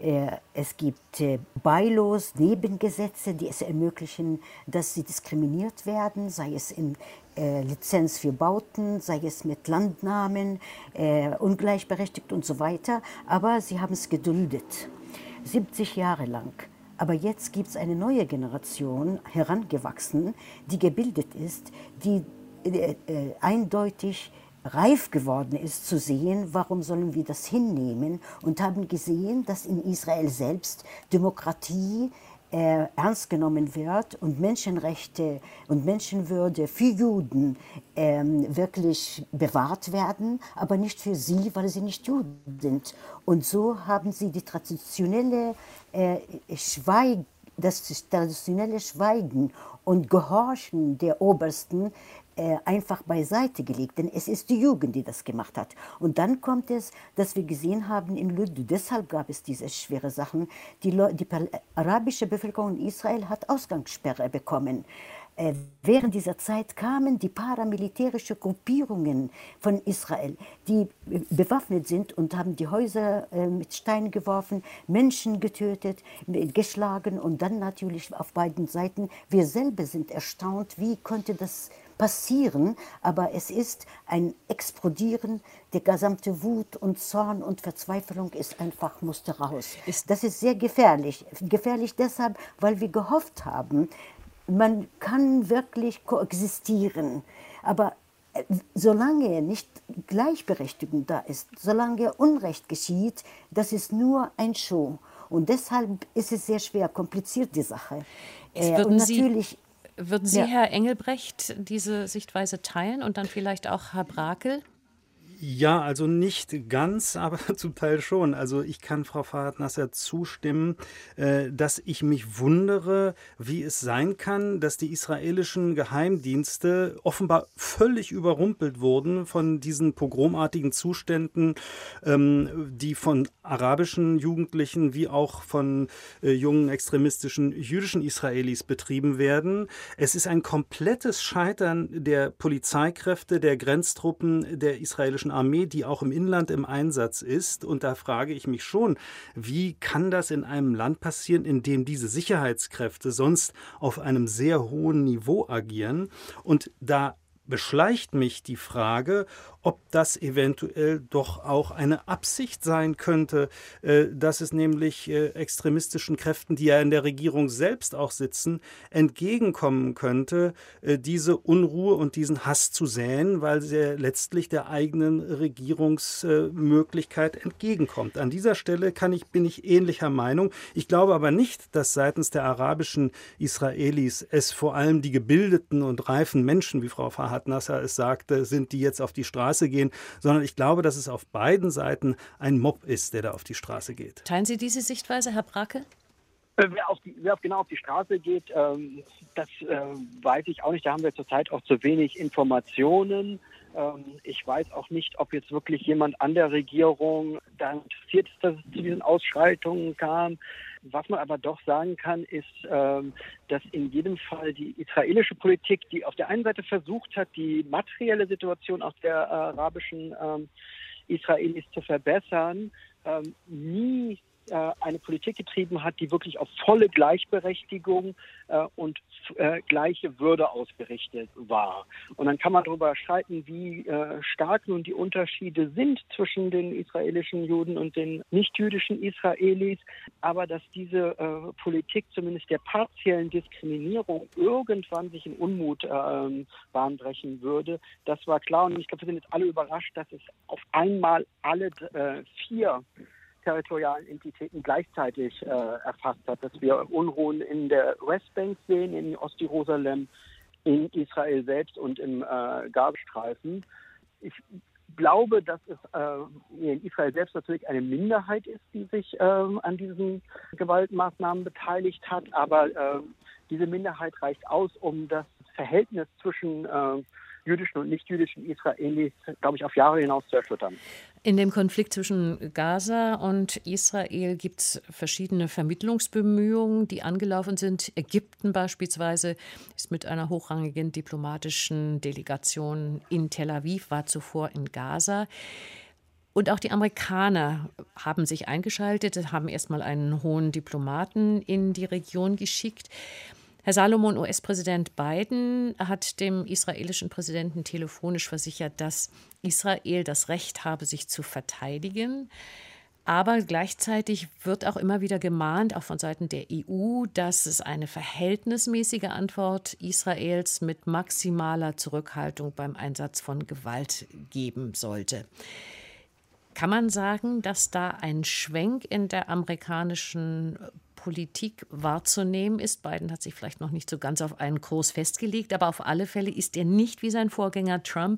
Es gibt beilos Nebengesetze, die es ermöglichen, dass sie diskriminiert werden, sei es in äh, Lizenz für Bauten, sei es mit Landnamen, äh, ungleichberechtigt und so weiter. Aber sie haben es geduldet, siebzig Jahre lang. Aber jetzt gibt es eine neue Generation herangewachsen, die gebildet ist, die äh, äh, eindeutig reif geworden ist zu sehen, warum sollen wir das hinnehmen, und haben gesehen, dass in Israel selbst Demokratie äh, ernst genommen wird und Menschenrechte und Menschenwürde für Juden äh, wirklich bewahrt werden, aber nicht für sie, weil sie nicht Juden sind. Und so haben sie die traditionelle äh, Schweig, das traditionelle Schweigen und Gehorchen der Obersten Äh, einfach beiseite gelegt, denn es ist die Jugend, die das gemacht hat. Und dann kommt es, dass wir gesehen haben in Lod, deshalb gab es diese schwere Sachen, die, die arabische Bevölkerung in Israel hat Ausgangssperre bekommen. Äh, während dieser Zeit kamen die paramilitärischen Gruppierungen von Israel, die bewaffnet sind und haben die Häuser äh, mit Steinen geworfen, Menschen getötet, geschlagen, und dann natürlich auf beiden Seiten. Wir selber sind erstaunt, wie konnte das passieren, aber es ist ein Explodieren. Die gesamte Wut und Zorn und Verzweiflung ist einfach, musste raus. Das ist sehr gefährlich. Gefährlich deshalb, weil wir gehofft haben, man kann wirklich koexistieren. Aber solange nicht Gleichberechtigung da ist, solange Unrecht geschieht, das ist nur ein Show. Und deshalb ist es sehr schwer, kompliziert die Sache. Äh, und natürlich, Sie, würden Sie, ja. Herr Engelbrecht, diese Sichtweise teilen und dann vielleicht auch Herr Brakel? Ja, also nicht ganz, aber zum Teil schon. Also ich kann Frau Farhad-Nasser zustimmen, äh, dass ich mich wundere, wie es sein kann, dass die israelischen Geheimdienste offenbar völlig überrumpelt wurden von diesen pogromartigen Zuständen, ähm, die von arabischen Jugendlichen wie auch von äh, jungen extremistischen jüdischen Israelis betrieben werden. Es ist ein komplettes Scheitern der Polizeikräfte, der Grenztruppen, der israelischen Armee, die auch im Inland im Einsatz ist. Und da frage ich mich schon, wie kann das in einem Land passieren, in dem diese Sicherheitskräfte sonst auf einem sehr hohen Niveau agieren? Und da beschleicht mich die Frage, ob das eventuell doch auch eine Absicht sein könnte, äh, dass es nämlich äh, extremistischen Kräften, die ja in der Regierung selbst auch sitzen, entgegenkommen könnte, äh, diese Unruhe und diesen Hass zu säen, weil sie letztlich der eigenen Regierungsmöglichkeit entgegenkommt. An dieser Stelle kann ich, bin ich ähnlicher Meinung. Ich glaube aber nicht, dass seitens der arabischen Israelis es vor allem die gebildeten und reifen Menschen, wie Frau Farhad-Nasser es sagte, sind, die jetzt auf die Straße gehen, sondern ich glaube, dass es auf beiden Seiten ein Mob ist, der da auf die Straße geht. Teilen Sie diese Sichtweise, Herr Brakel? Äh, wer, auf die, wer auf genau auf die Straße geht, ähm, das äh, weiß ich auch nicht. Da haben wir zurzeit auch zu wenig Informationen. Ähm, ich weiß auch nicht, ob jetzt wirklich jemand an der Regierung da interessiert ist, dass es zu diesen Ausschreitungen kam. Was man aber doch sagen kann, ist, ähm, dass in jedem Fall die israelische Politik, die auf der einen Seite versucht hat, die materielle Situation auch der äh, arabischen ähm, Israelis zu verbessern, ähm, nie äh, eine Politik getrieben hat, die wirklich auf volle Gleichberechtigung äh, und äh, gleiche Würde ausgerichtet war. Und dann kann man darüber streiten, wie äh, stark nun die Unterschiede sind zwischen den israelischen Juden und den nicht-jüdischen Israelis, aber dass diese äh, Politik zumindest der partiellen Diskriminierung irgendwann sich in Unmut äh, bahnbrechen würde, das war klar. Und ich glaube, wir sind jetzt alle überrascht, dass es auf einmal alle äh, vier territorialen Entitäten gleichzeitig äh, erfasst hat, dass wir Unruhen in der Westbank sehen, in Ostjerusalem, in Israel selbst und im äh, Gazastreifen. Ich glaube, dass es äh, in Israel selbst natürlich eine Minderheit ist, die sich äh, an diesen Gewaltmaßnahmen beteiligt hat, aber äh, diese Minderheit reicht aus, um das Verhältnis zwischen äh, jüdischen und nicht-jüdischen Israelis, glaube ich, auf Jahre hinaus zu erschüttern. In dem Konflikt zwischen Gaza und Israel gibt es verschiedene Vermittlungsbemühungen, die angelaufen sind. Ägypten beispielsweise ist mit einer hochrangigen diplomatischen Delegation in Tel Aviv, war zuvor in Gaza. Und auch die Amerikaner haben sich eingeschaltet, haben erstmal einen hohen Diplomaten in die Region geschickt. Herr Salomon, U S-Präsident Biden hat dem israelischen Präsidenten telefonisch versichert, dass Israel das Recht habe, sich zu verteidigen. Aber gleichzeitig wird auch immer wieder gemahnt, auch von Seiten der E U, dass es eine verhältnismäßige Antwort Israels mit maximaler Zurückhaltung beim Einsatz von Gewalt geben sollte. Kann man sagen, dass da ein Schwenk in der amerikanischen Politik wahrzunehmen ist? Biden hat sich vielleicht noch nicht so ganz auf einen Kurs festgelegt, aber auf alle Fälle ist er nicht wie sein Vorgänger Trump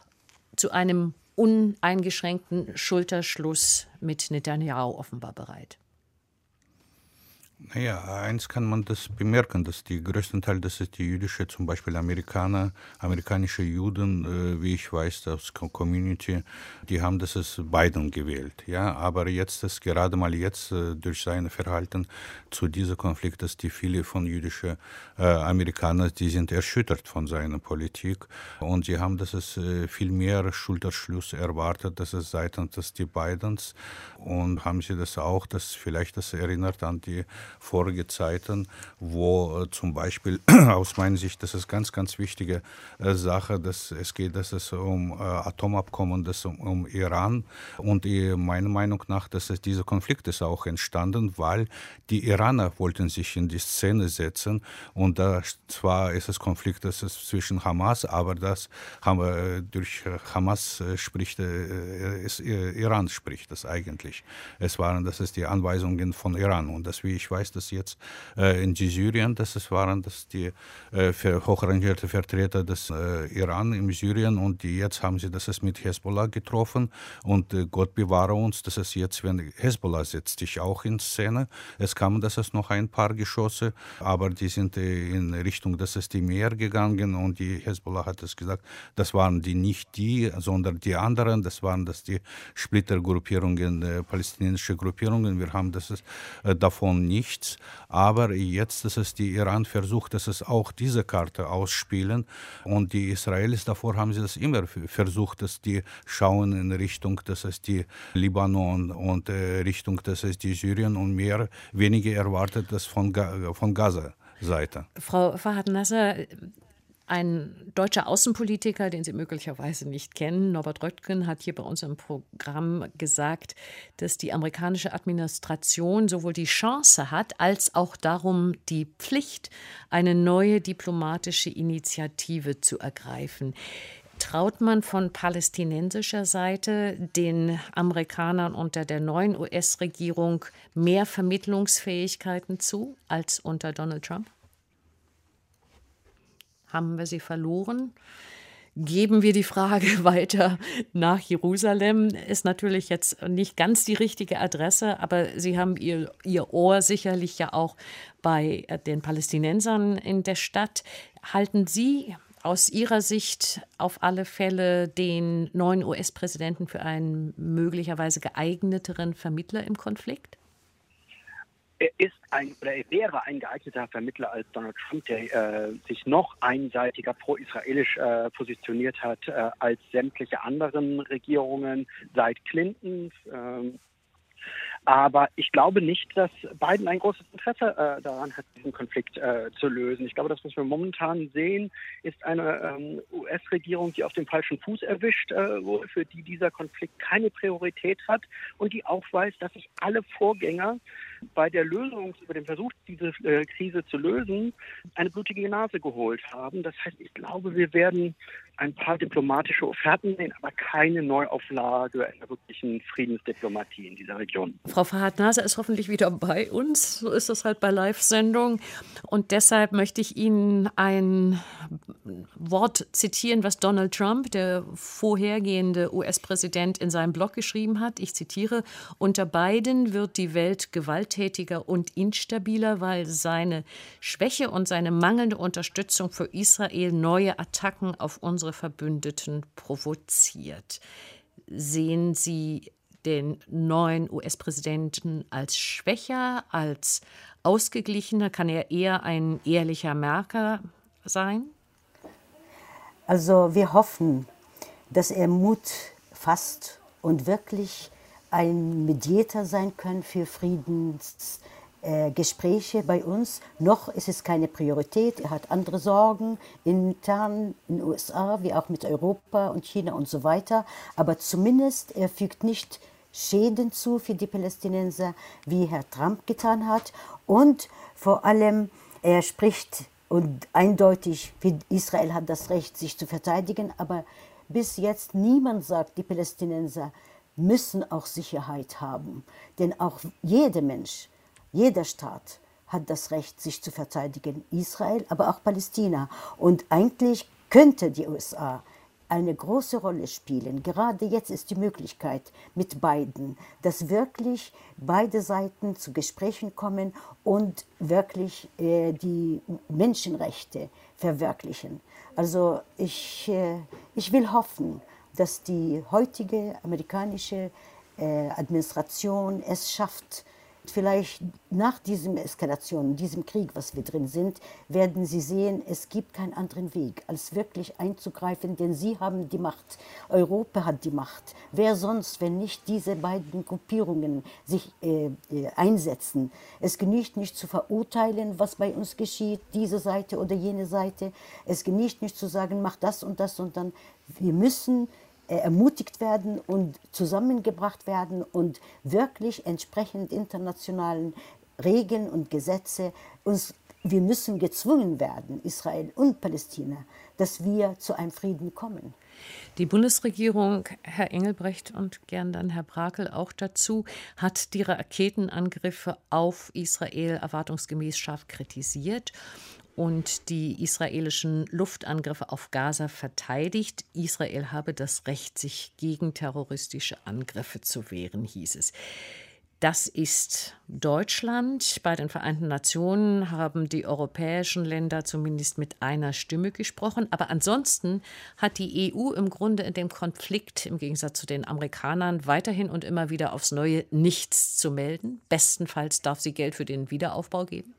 zu einem uneingeschränkten Schulterschluss mit Netanyahu offenbar bereit. Naja, eins kann man das bemerken, dass die größten Teil, das ist die jüdische, zum Beispiel Amerikaner, amerikanische Juden, äh, wie ich weiß, aus Community, die haben das als Biden gewählt. Ja, aber jetzt ist gerade mal jetzt äh, durch sein Verhalten zu diesem Konflikt, dass die viele von jüdischen äh, Amerikanern, die sind erschüttert von seiner Politik und sie haben das ist, äh, viel mehr Schulterschluss erwartet, das ist seitens des die Bidens und haben sie das auch, das vielleicht das erinnert an die vorige Zeiten, wo äh, zum Beispiel aus meiner Sicht, das ist ganz, ganz wichtige äh, Sache, dass es geht, dass es um äh, Atomabkommen, das um, um Iran und äh, meiner Meinung nach, dass es dieser Konflikt ist auch entstanden, weil die Iraner wollten sich in die Szene setzen und da zwar ist es Konflikt, das ist zwischen Hamas, aber das haben wir durch Hamas äh, spricht, äh, ist, äh, Iran spricht das eigentlich. Es waren, das ist die Anweisungen von Iran und das, wie ich weiß, dass jetzt äh, in Syrien, das es waren, dass die äh, für hochrangierte Vertreter des äh, Iran in Syrien und die jetzt haben sie das ist mit Hezbollah getroffen und äh, Gott bewahre uns, das ist jetzt, wenn Hezbollah setzt sich auch in Szene. Es kamen, das ist noch ein paar Geschosse, aber die sind äh, in Richtung, das ist die Meer gegangen und die Hezbollah hat es gesagt, das waren die nicht die, sondern die anderen, das waren das die Splittergruppierungen, äh, palästinensische Gruppierungen. Wir haben das ist, äh, davon nichts, aber jetzt, das ist die Iran versucht, dass es auch diese Karte ausspielen und die Israelis davor haben sie das immer versucht, dass die schauen in Richtung, das ist die Libanon und äh, Richtung, das ist die Syrien und mehr, weniger erwartet das von, Ga- von Gaza-Seite. Frau Farhad Nasser, ein deutscher Außenpolitiker, den Sie möglicherweise nicht kennen, Norbert Röttgen, hat hier bei uns im Programm gesagt, dass die amerikanische Administration sowohl die Chance hat, als auch darum die Pflicht, eine neue diplomatische Initiative zu ergreifen. Traut man von palästinensischer Seite den Amerikanern unter der neuen U S-Regierung mehr Vermittlungsfähigkeiten zu als unter Donald Trump? Haben wir sie verloren? Geben wir die Frage weiter nach Jerusalem? Ist natürlich jetzt nicht ganz die richtige Adresse, aber Sie haben Ihr, Ihr Ohr sicherlich ja auch bei den Palästinensern in der Stadt. Halten Sie aus Ihrer Sicht auf alle Fälle den neuen U S-Präsidenten für einen möglicherweise geeigneteren Vermittler im Konflikt? Er ist ein oder er wäre ein geeigneter Vermittler als Donald Trump, der äh, sich noch einseitiger pro-israelisch äh, positioniert hat äh, als sämtliche anderen Regierungen seit Clinton. Äh, Aber ich glaube nicht, dass Biden ein großes Interesse äh, daran hat, diesen Konflikt äh, zu lösen. Ich glaube, das, was wir momentan sehen, ist eine ähm, U S-Regierung, die auf dem falschen Fuß erwischt äh, wurde, für die dieser Konflikt keine Priorität hat und die auch weiß, dass sich alle Vorgänger bei der Lösung, über den Versuch, diese äh, Krise zu lösen, eine blutige Nase geholt haben. Das heißt, ich glaube, wir werden ein paar diplomatische Offerten sehen, aber keine Neuauflage einer wirklichen Friedensdiplomatie in dieser Region. Frau Farhad Nasser ist hoffentlich wieder bei uns. So ist das halt bei Live-Sendungen. Und deshalb möchte ich Ihnen ein Wort zitieren, was Donald Trump, der vorhergehende U S-Präsident, in seinem Blog geschrieben hat. Ich zitiere: Unter Biden wird die Welt gewalttätiger und instabiler, weil seine Schwäche und seine mangelnde Unterstützung für Israel neue Attacken auf unsere Verbündeten provoziert. Sehen Sie den neuen U S-Präsidenten als schwächer, als ausgeglichener? Kann er eher ein ehrlicher Merker sein? Also wir hoffen, dass er Mut fasst und wirklich ein Mediator sein kann für Friedensgespräche äh, Gespräche bei uns. Noch ist es keine Priorität. Er hat andere Sorgen, intern in den U S A, wie auch mit Europa und China und so weiter. Aber zumindest er fügt nicht Schäden zu für die Palästinenser, wie Herr Trump getan hat. Und vor allem, er spricht und eindeutig, Israel hat das Recht, sich zu verteidigen. Aber bis jetzt niemand sagt, die Palästinenser müssen auch Sicherheit haben. Denn auch jeder Mensch, jeder Staat hat das Recht, sich zu verteidigen. Israel, aber auch Palästina. Und eigentlich könnte die U S A eine große Rolle spielen. Gerade jetzt ist die Möglichkeit mit beiden, dass wirklich beide Seiten zu Gesprächen kommen und wirklich äh, die Menschenrechte verwirklichen. Also ich, äh, ich will hoffen, dass die heutige amerikanische äh, Administration es schafft, Vielleicht nach diesem Eskalation, diesem Krieg, was wir drin sind, werden Sie sehen, es gibt keinen anderen Weg, als wirklich einzugreifen, denn Sie haben die Macht. Europa hat die Macht. Wer sonst, wenn nicht diese beiden Gruppierungen sich äh, einsetzen? Es genügt nicht zu verurteilen, was bei uns geschieht, diese Seite oder jene Seite. Es genügt nicht zu sagen, mach das und das und dann. Wir müssen ermutigt werden und zusammengebracht werden und wirklich entsprechend internationalen Regeln und Gesetze uns, wir müssen gezwungen werden, Israel und Palästina, dass wir zu einem Frieden kommen. Die Bundesregierung, Herr Engelbrecht und gern dann Herr Brakel auch dazu, hat die Raketenangriffe auf Israel erwartungsgemäß scharf kritisiert und die israelischen Luftangriffe auf Gaza verteidigt. Israel habe das Recht, sich gegen terroristische Angriffe zu wehren, hieß es. Das ist Deutschland. Bei den Vereinten Nationen haben die europäischen Länder zumindest mit einer Stimme gesprochen. Aber ansonsten hat die E U im Grunde in dem Konflikt, im Gegensatz zu den Amerikanern, weiterhin und immer wieder aufs Neue nichts zu melden. Bestenfalls darf sie Geld für den Wiederaufbau geben.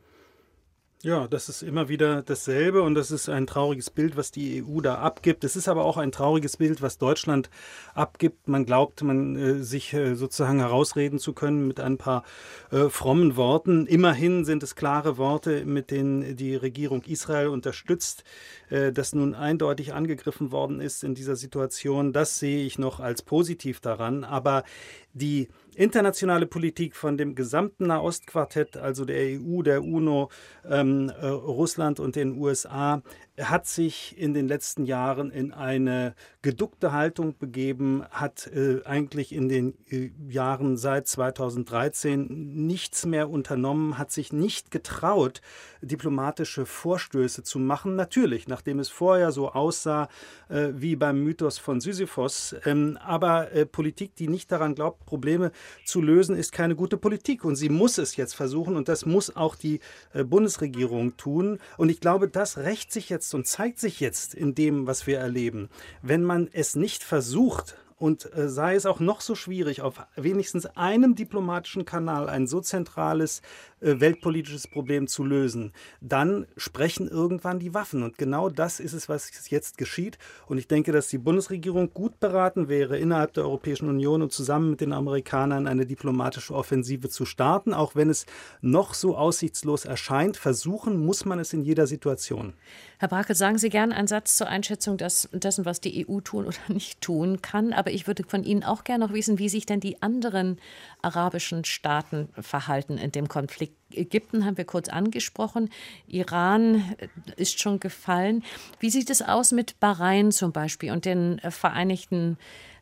Ja, das ist immer wieder dasselbe und das ist ein trauriges Bild, was die E U da abgibt. Es ist aber auch ein trauriges Bild, was Deutschland abgibt. Man glaubt, man äh, sich äh, sozusagen herausreden zu können mit ein paar äh, frommen Worten. Immerhin sind es klare Worte, mit denen die Regierung Israel unterstützt, äh, das nun eindeutig angegriffen worden ist in dieser Situation. Das sehe ich noch als positiv daran. Aber die internationale Politik von dem gesamten Nahostquartett, also der E U, der UNO, ähm, äh, Russland und den U S A, hat sich in den letzten Jahren in eine geduckte Haltung begeben, hat äh, eigentlich in den äh, Jahren seit zweitausenddreizehn nichts mehr unternommen, hat sich nicht getraut, diplomatische Vorstöße zu machen. Natürlich, nachdem es vorher so aussah äh, wie beim Mythos von Sisyphos. Ähm, aber äh, Politik, die nicht daran glaubt, Probleme zu lösen, ist keine gute Politik. Und sie muss es jetzt versuchen und das muss auch die äh, Bundesregierung tun. Und ich glaube, das rächt sich jetzt und zeigt sich jetzt in dem, was wir erleben. Wenn man es nicht versucht, und äh, sei es auch noch so schwierig, auf wenigstens einem diplomatischen Kanal ein so zentrales äh, weltpolitisches Problem zu lösen, dann sprechen irgendwann die Waffen. Und genau das ist es, was jetzt geschieht. Und ich denke, dass die Bundesregierung gut beraten wäre, innerhalb der Europäischen Union und zusammen mit den Amerikanern eine diplomatische Offensive zu starten. Auch wenn es noch so aussichtslos erscheint, versuchen muss man es in jeder Situation. Herr Brakel, sagen Sie gerne einen Satz zur Einschätzung des, dessen, was die E U tun oder nicht tun kann. Aber ich würde von Ihnen auch gerne noch wissen, wie sich denn die anderen arabischen Staaten verhalten in dem Konflikt. Ägypten haben wir kurz angesprochen, Iran ist schon gefallen. Wie sieht es aus mit Bahrain zum Beispiel und den Vereinigten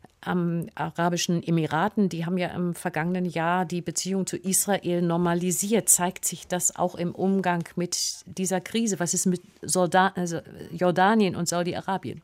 Am Arabischen Emiraten? Die haben ja im vergangenen Jahr die Beziehung zu Israel normalisiert. Zeigt sich das auch im Umgang mit dieser Krise? Was ist mit Jordan, also Jordanien und Saudi-Arabien?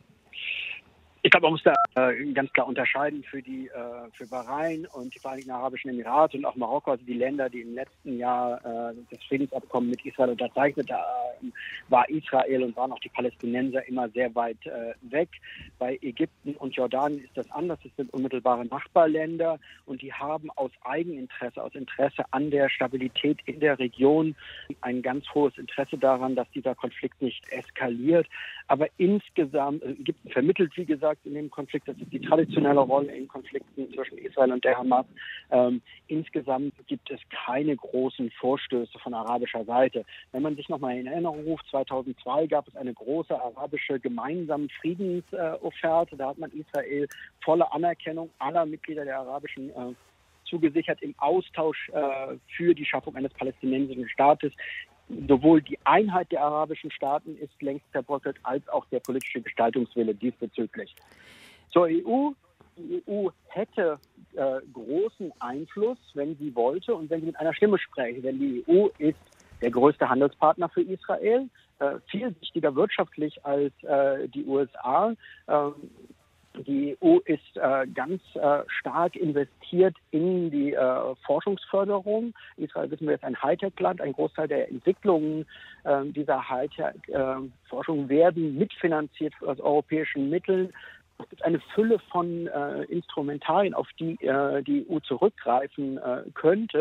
Ich glaube, man muss da äh, ganz klar unterscheiden für die äh, für Bahrain und die Vereinigten Arabischen Emirate und auch Marokko, also die Länder, die im letzten Jahr äh, das Friedensabkommen mit Israel unterzeichnet haben, äh, war Israel und waren auch die Palästinenser immer sehr weit äh, weg. Bei Ägypten und Jordanien ist das anders. Das sind unmittelbare Nachbarländer und die haben aus Eigeninteresse, aus Interesse an der Stabilität in der Region ein ganz hohes Interesse daran, dass dieser Konflikt nicht eskaliert. Aber insgesamt, äh, Ägypten vermittelt, wie gesagt, in dem Konflikt, das ist die traditionelle Rolle in Konflikten zwischen Israel und der Hamas. Ähm, insgesamt gibt es keine großen Vorstöße von arabischer Seite. Wenn man sich nochmal in Erinnerung ruft, zweitausendzwei gab es eine große arabische gemeinsame Friedensofferte. Äh, da hat man Israel volle Anerkennung aller Mitglieder der arabischen äh, zugesichert im Austausch äh, für die Schaffung eines palästinensischen Staates. Sowohl die Einheit der arabischen Staaten ist längst zerbröckelt, als auch der politische Gestaltungswille diesbezüglich. Zur E U. Die E U hätte äh, großen Einfluss, wenn sie wollte und wenn sie mit einer Stimme spräche. Denn die E U ist der größte Handelspartner für Israel, äh, viel wichtiger wirtschaftlich als äh, die U S A. Ähm, Die E U ist äh, ganz äh, stark investiert in die äh, Forschungsförderung. Israel, wissen wir, ist ein Hightech-Land. Ein Großteil der Entwicklungen äh, dieser Hightech-Forschung äh, werden mitfinanziert aus europäischen Mitteln. Es gibt eine Fülle von äh, Instrumentarien, auf die äh, die E U zurückgreifen äh, könnte.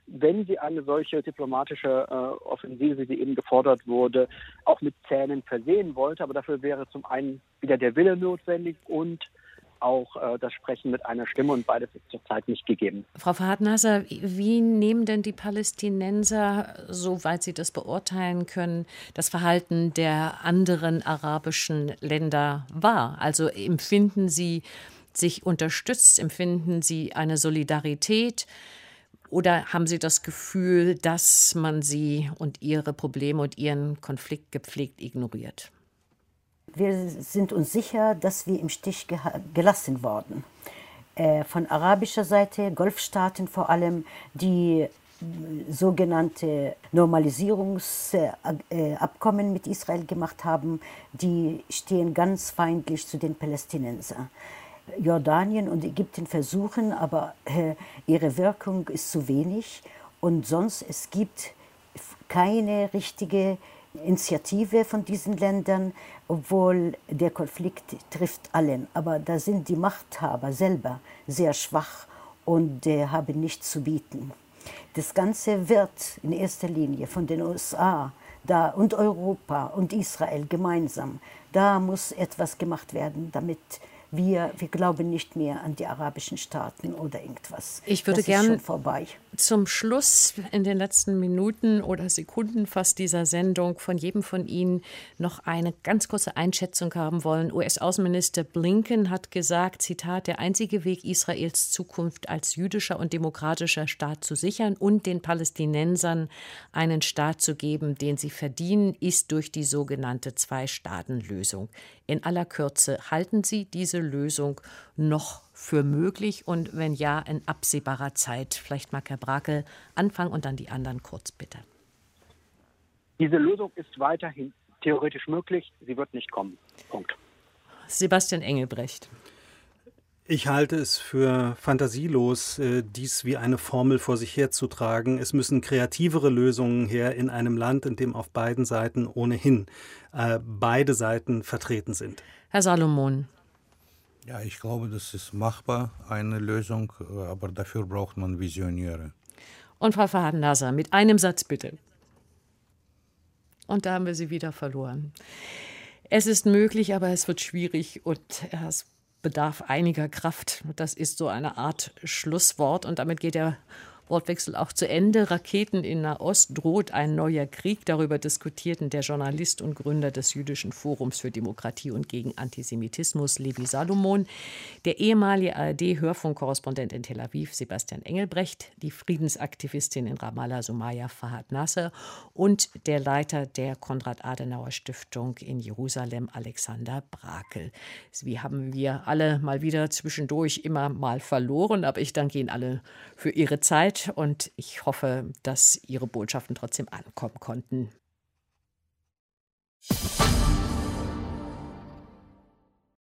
wenn sie eine solche diplomatische äh, Offensive, wie sie eben gefordert wurde, auch mit Zähnen versehen wollte. Aber dafür wäre zum einen wieder der Wille notwendig und auch äh, das Sprechen mit einer Stimme, und beides ist zurzeit nicht gegeben. Frau Farhad-Nasser, wie nehmen denn die Palästinenser, soweit sie das beurteilen können, das Verhalten der anderen arabischen Länder wahr? Also empfinden sie sich unterstützt, empfinden sie eine Solidarität? Oder haben Sie das Gefühl, dass man sie und ihre Probleme und ihren Konflikt gepflegt ignoriert? Wir sind uns sicher, dass wir im Stich gelassen wurden. Äh, von arabischer Seite, Golfstaaten vor allem, die sogenannte Normalisierungsabkommen mit Israel gemacht haben, die stehen ganz feindlich zu den Palästinensern. Jordanien und Ägypten versuchen, aber äh, ihre Wirkung ist zu wenig. Und sonst, es gibt keine richtige Initiative von diesen Ländern, obwohl der Konflikt trifft allen. Aber da sind die Machthaber selber sehr schwach und äh, haben nichts zu bieten. Das Ganze wird in erster Linie von den U S A da, und Europa und Israel gemeinsam, da muss etwas gemacht werden, damit Wir, wir glauben nicht mehr an die arabischen Staaten oder irgendwas. Ich würde das gern ist schon vorbei. Zum Schluss in den letzten Minuten oder Sekunden fast dieser Sendung von jedem von Ihnen noch eine ganz kurze Einschätzung haben wollen. U S-Außenminister Blinken hat gesagt, Zitat, der einzige Weg, Israels Zukunft als jüdischer und demokratischer Staat zu sichern und den Palästinensern einen Staat zu geben, den sie verdienen, ist durch die sogenannte Zwei-Staaten-Lösung. In aller Kürze, halten Sie diese Lösung noch für möglich und wenn ja, in absehbarer Zeit? Vielleicht mag Herr Brakel anfangen und dann die anderen kurz, bitte. Diese Lösung ist weiterhin theoretisch möglich, sie wird nicht kommen. Punkt. Sebastian Engelbrecht. Ich halte es für fantasielos, dies wie eine Formel vor sich herzutragen. Es müssen kreativere Lösungen her in einem Land, in dem auf beiden Seiten ohnehin äh, beide Seiten vertreten sind. Herr Salomon. Ja, ich glaube, das ist machbar, eine Lösung, aber dafür braucht man Visionäre. Und Frau Farhad-Nasser, mit einem Satz bitte. Und da haben wir sie wieder verloren. Es ist möglich, aber es wird schwierig und es bedarf einiger Kraft. Das ist so eine Art Schlusswort und damit geht der Wortwechsel auch zu Ende. Raketen in Nahost, droht ein neuer Krieg. Darüber diskutierten der Journalist und Gründer des Jüdischen Forums für Demokratie und gegen Antisemitismus, Levi Salomon, der ehemalige A R D-Hörfunkkorrespondent in Tel Aviv, Sebastian Engelbrecht, die Friedensaktivistin in Ramallah, Sumaya Farhad-Nasser und der Leiter der Konrad-Adenauer-Stiftung in Jerusalem, Alexander Brakel. Wie haben wir alle mal wieder zwischendurch immer mal verloren, aber ich danke Ihnen alle für Ihre Zeit. Und ich hoffe, dass Ihre Botschaften trotzdem ankommen konnten.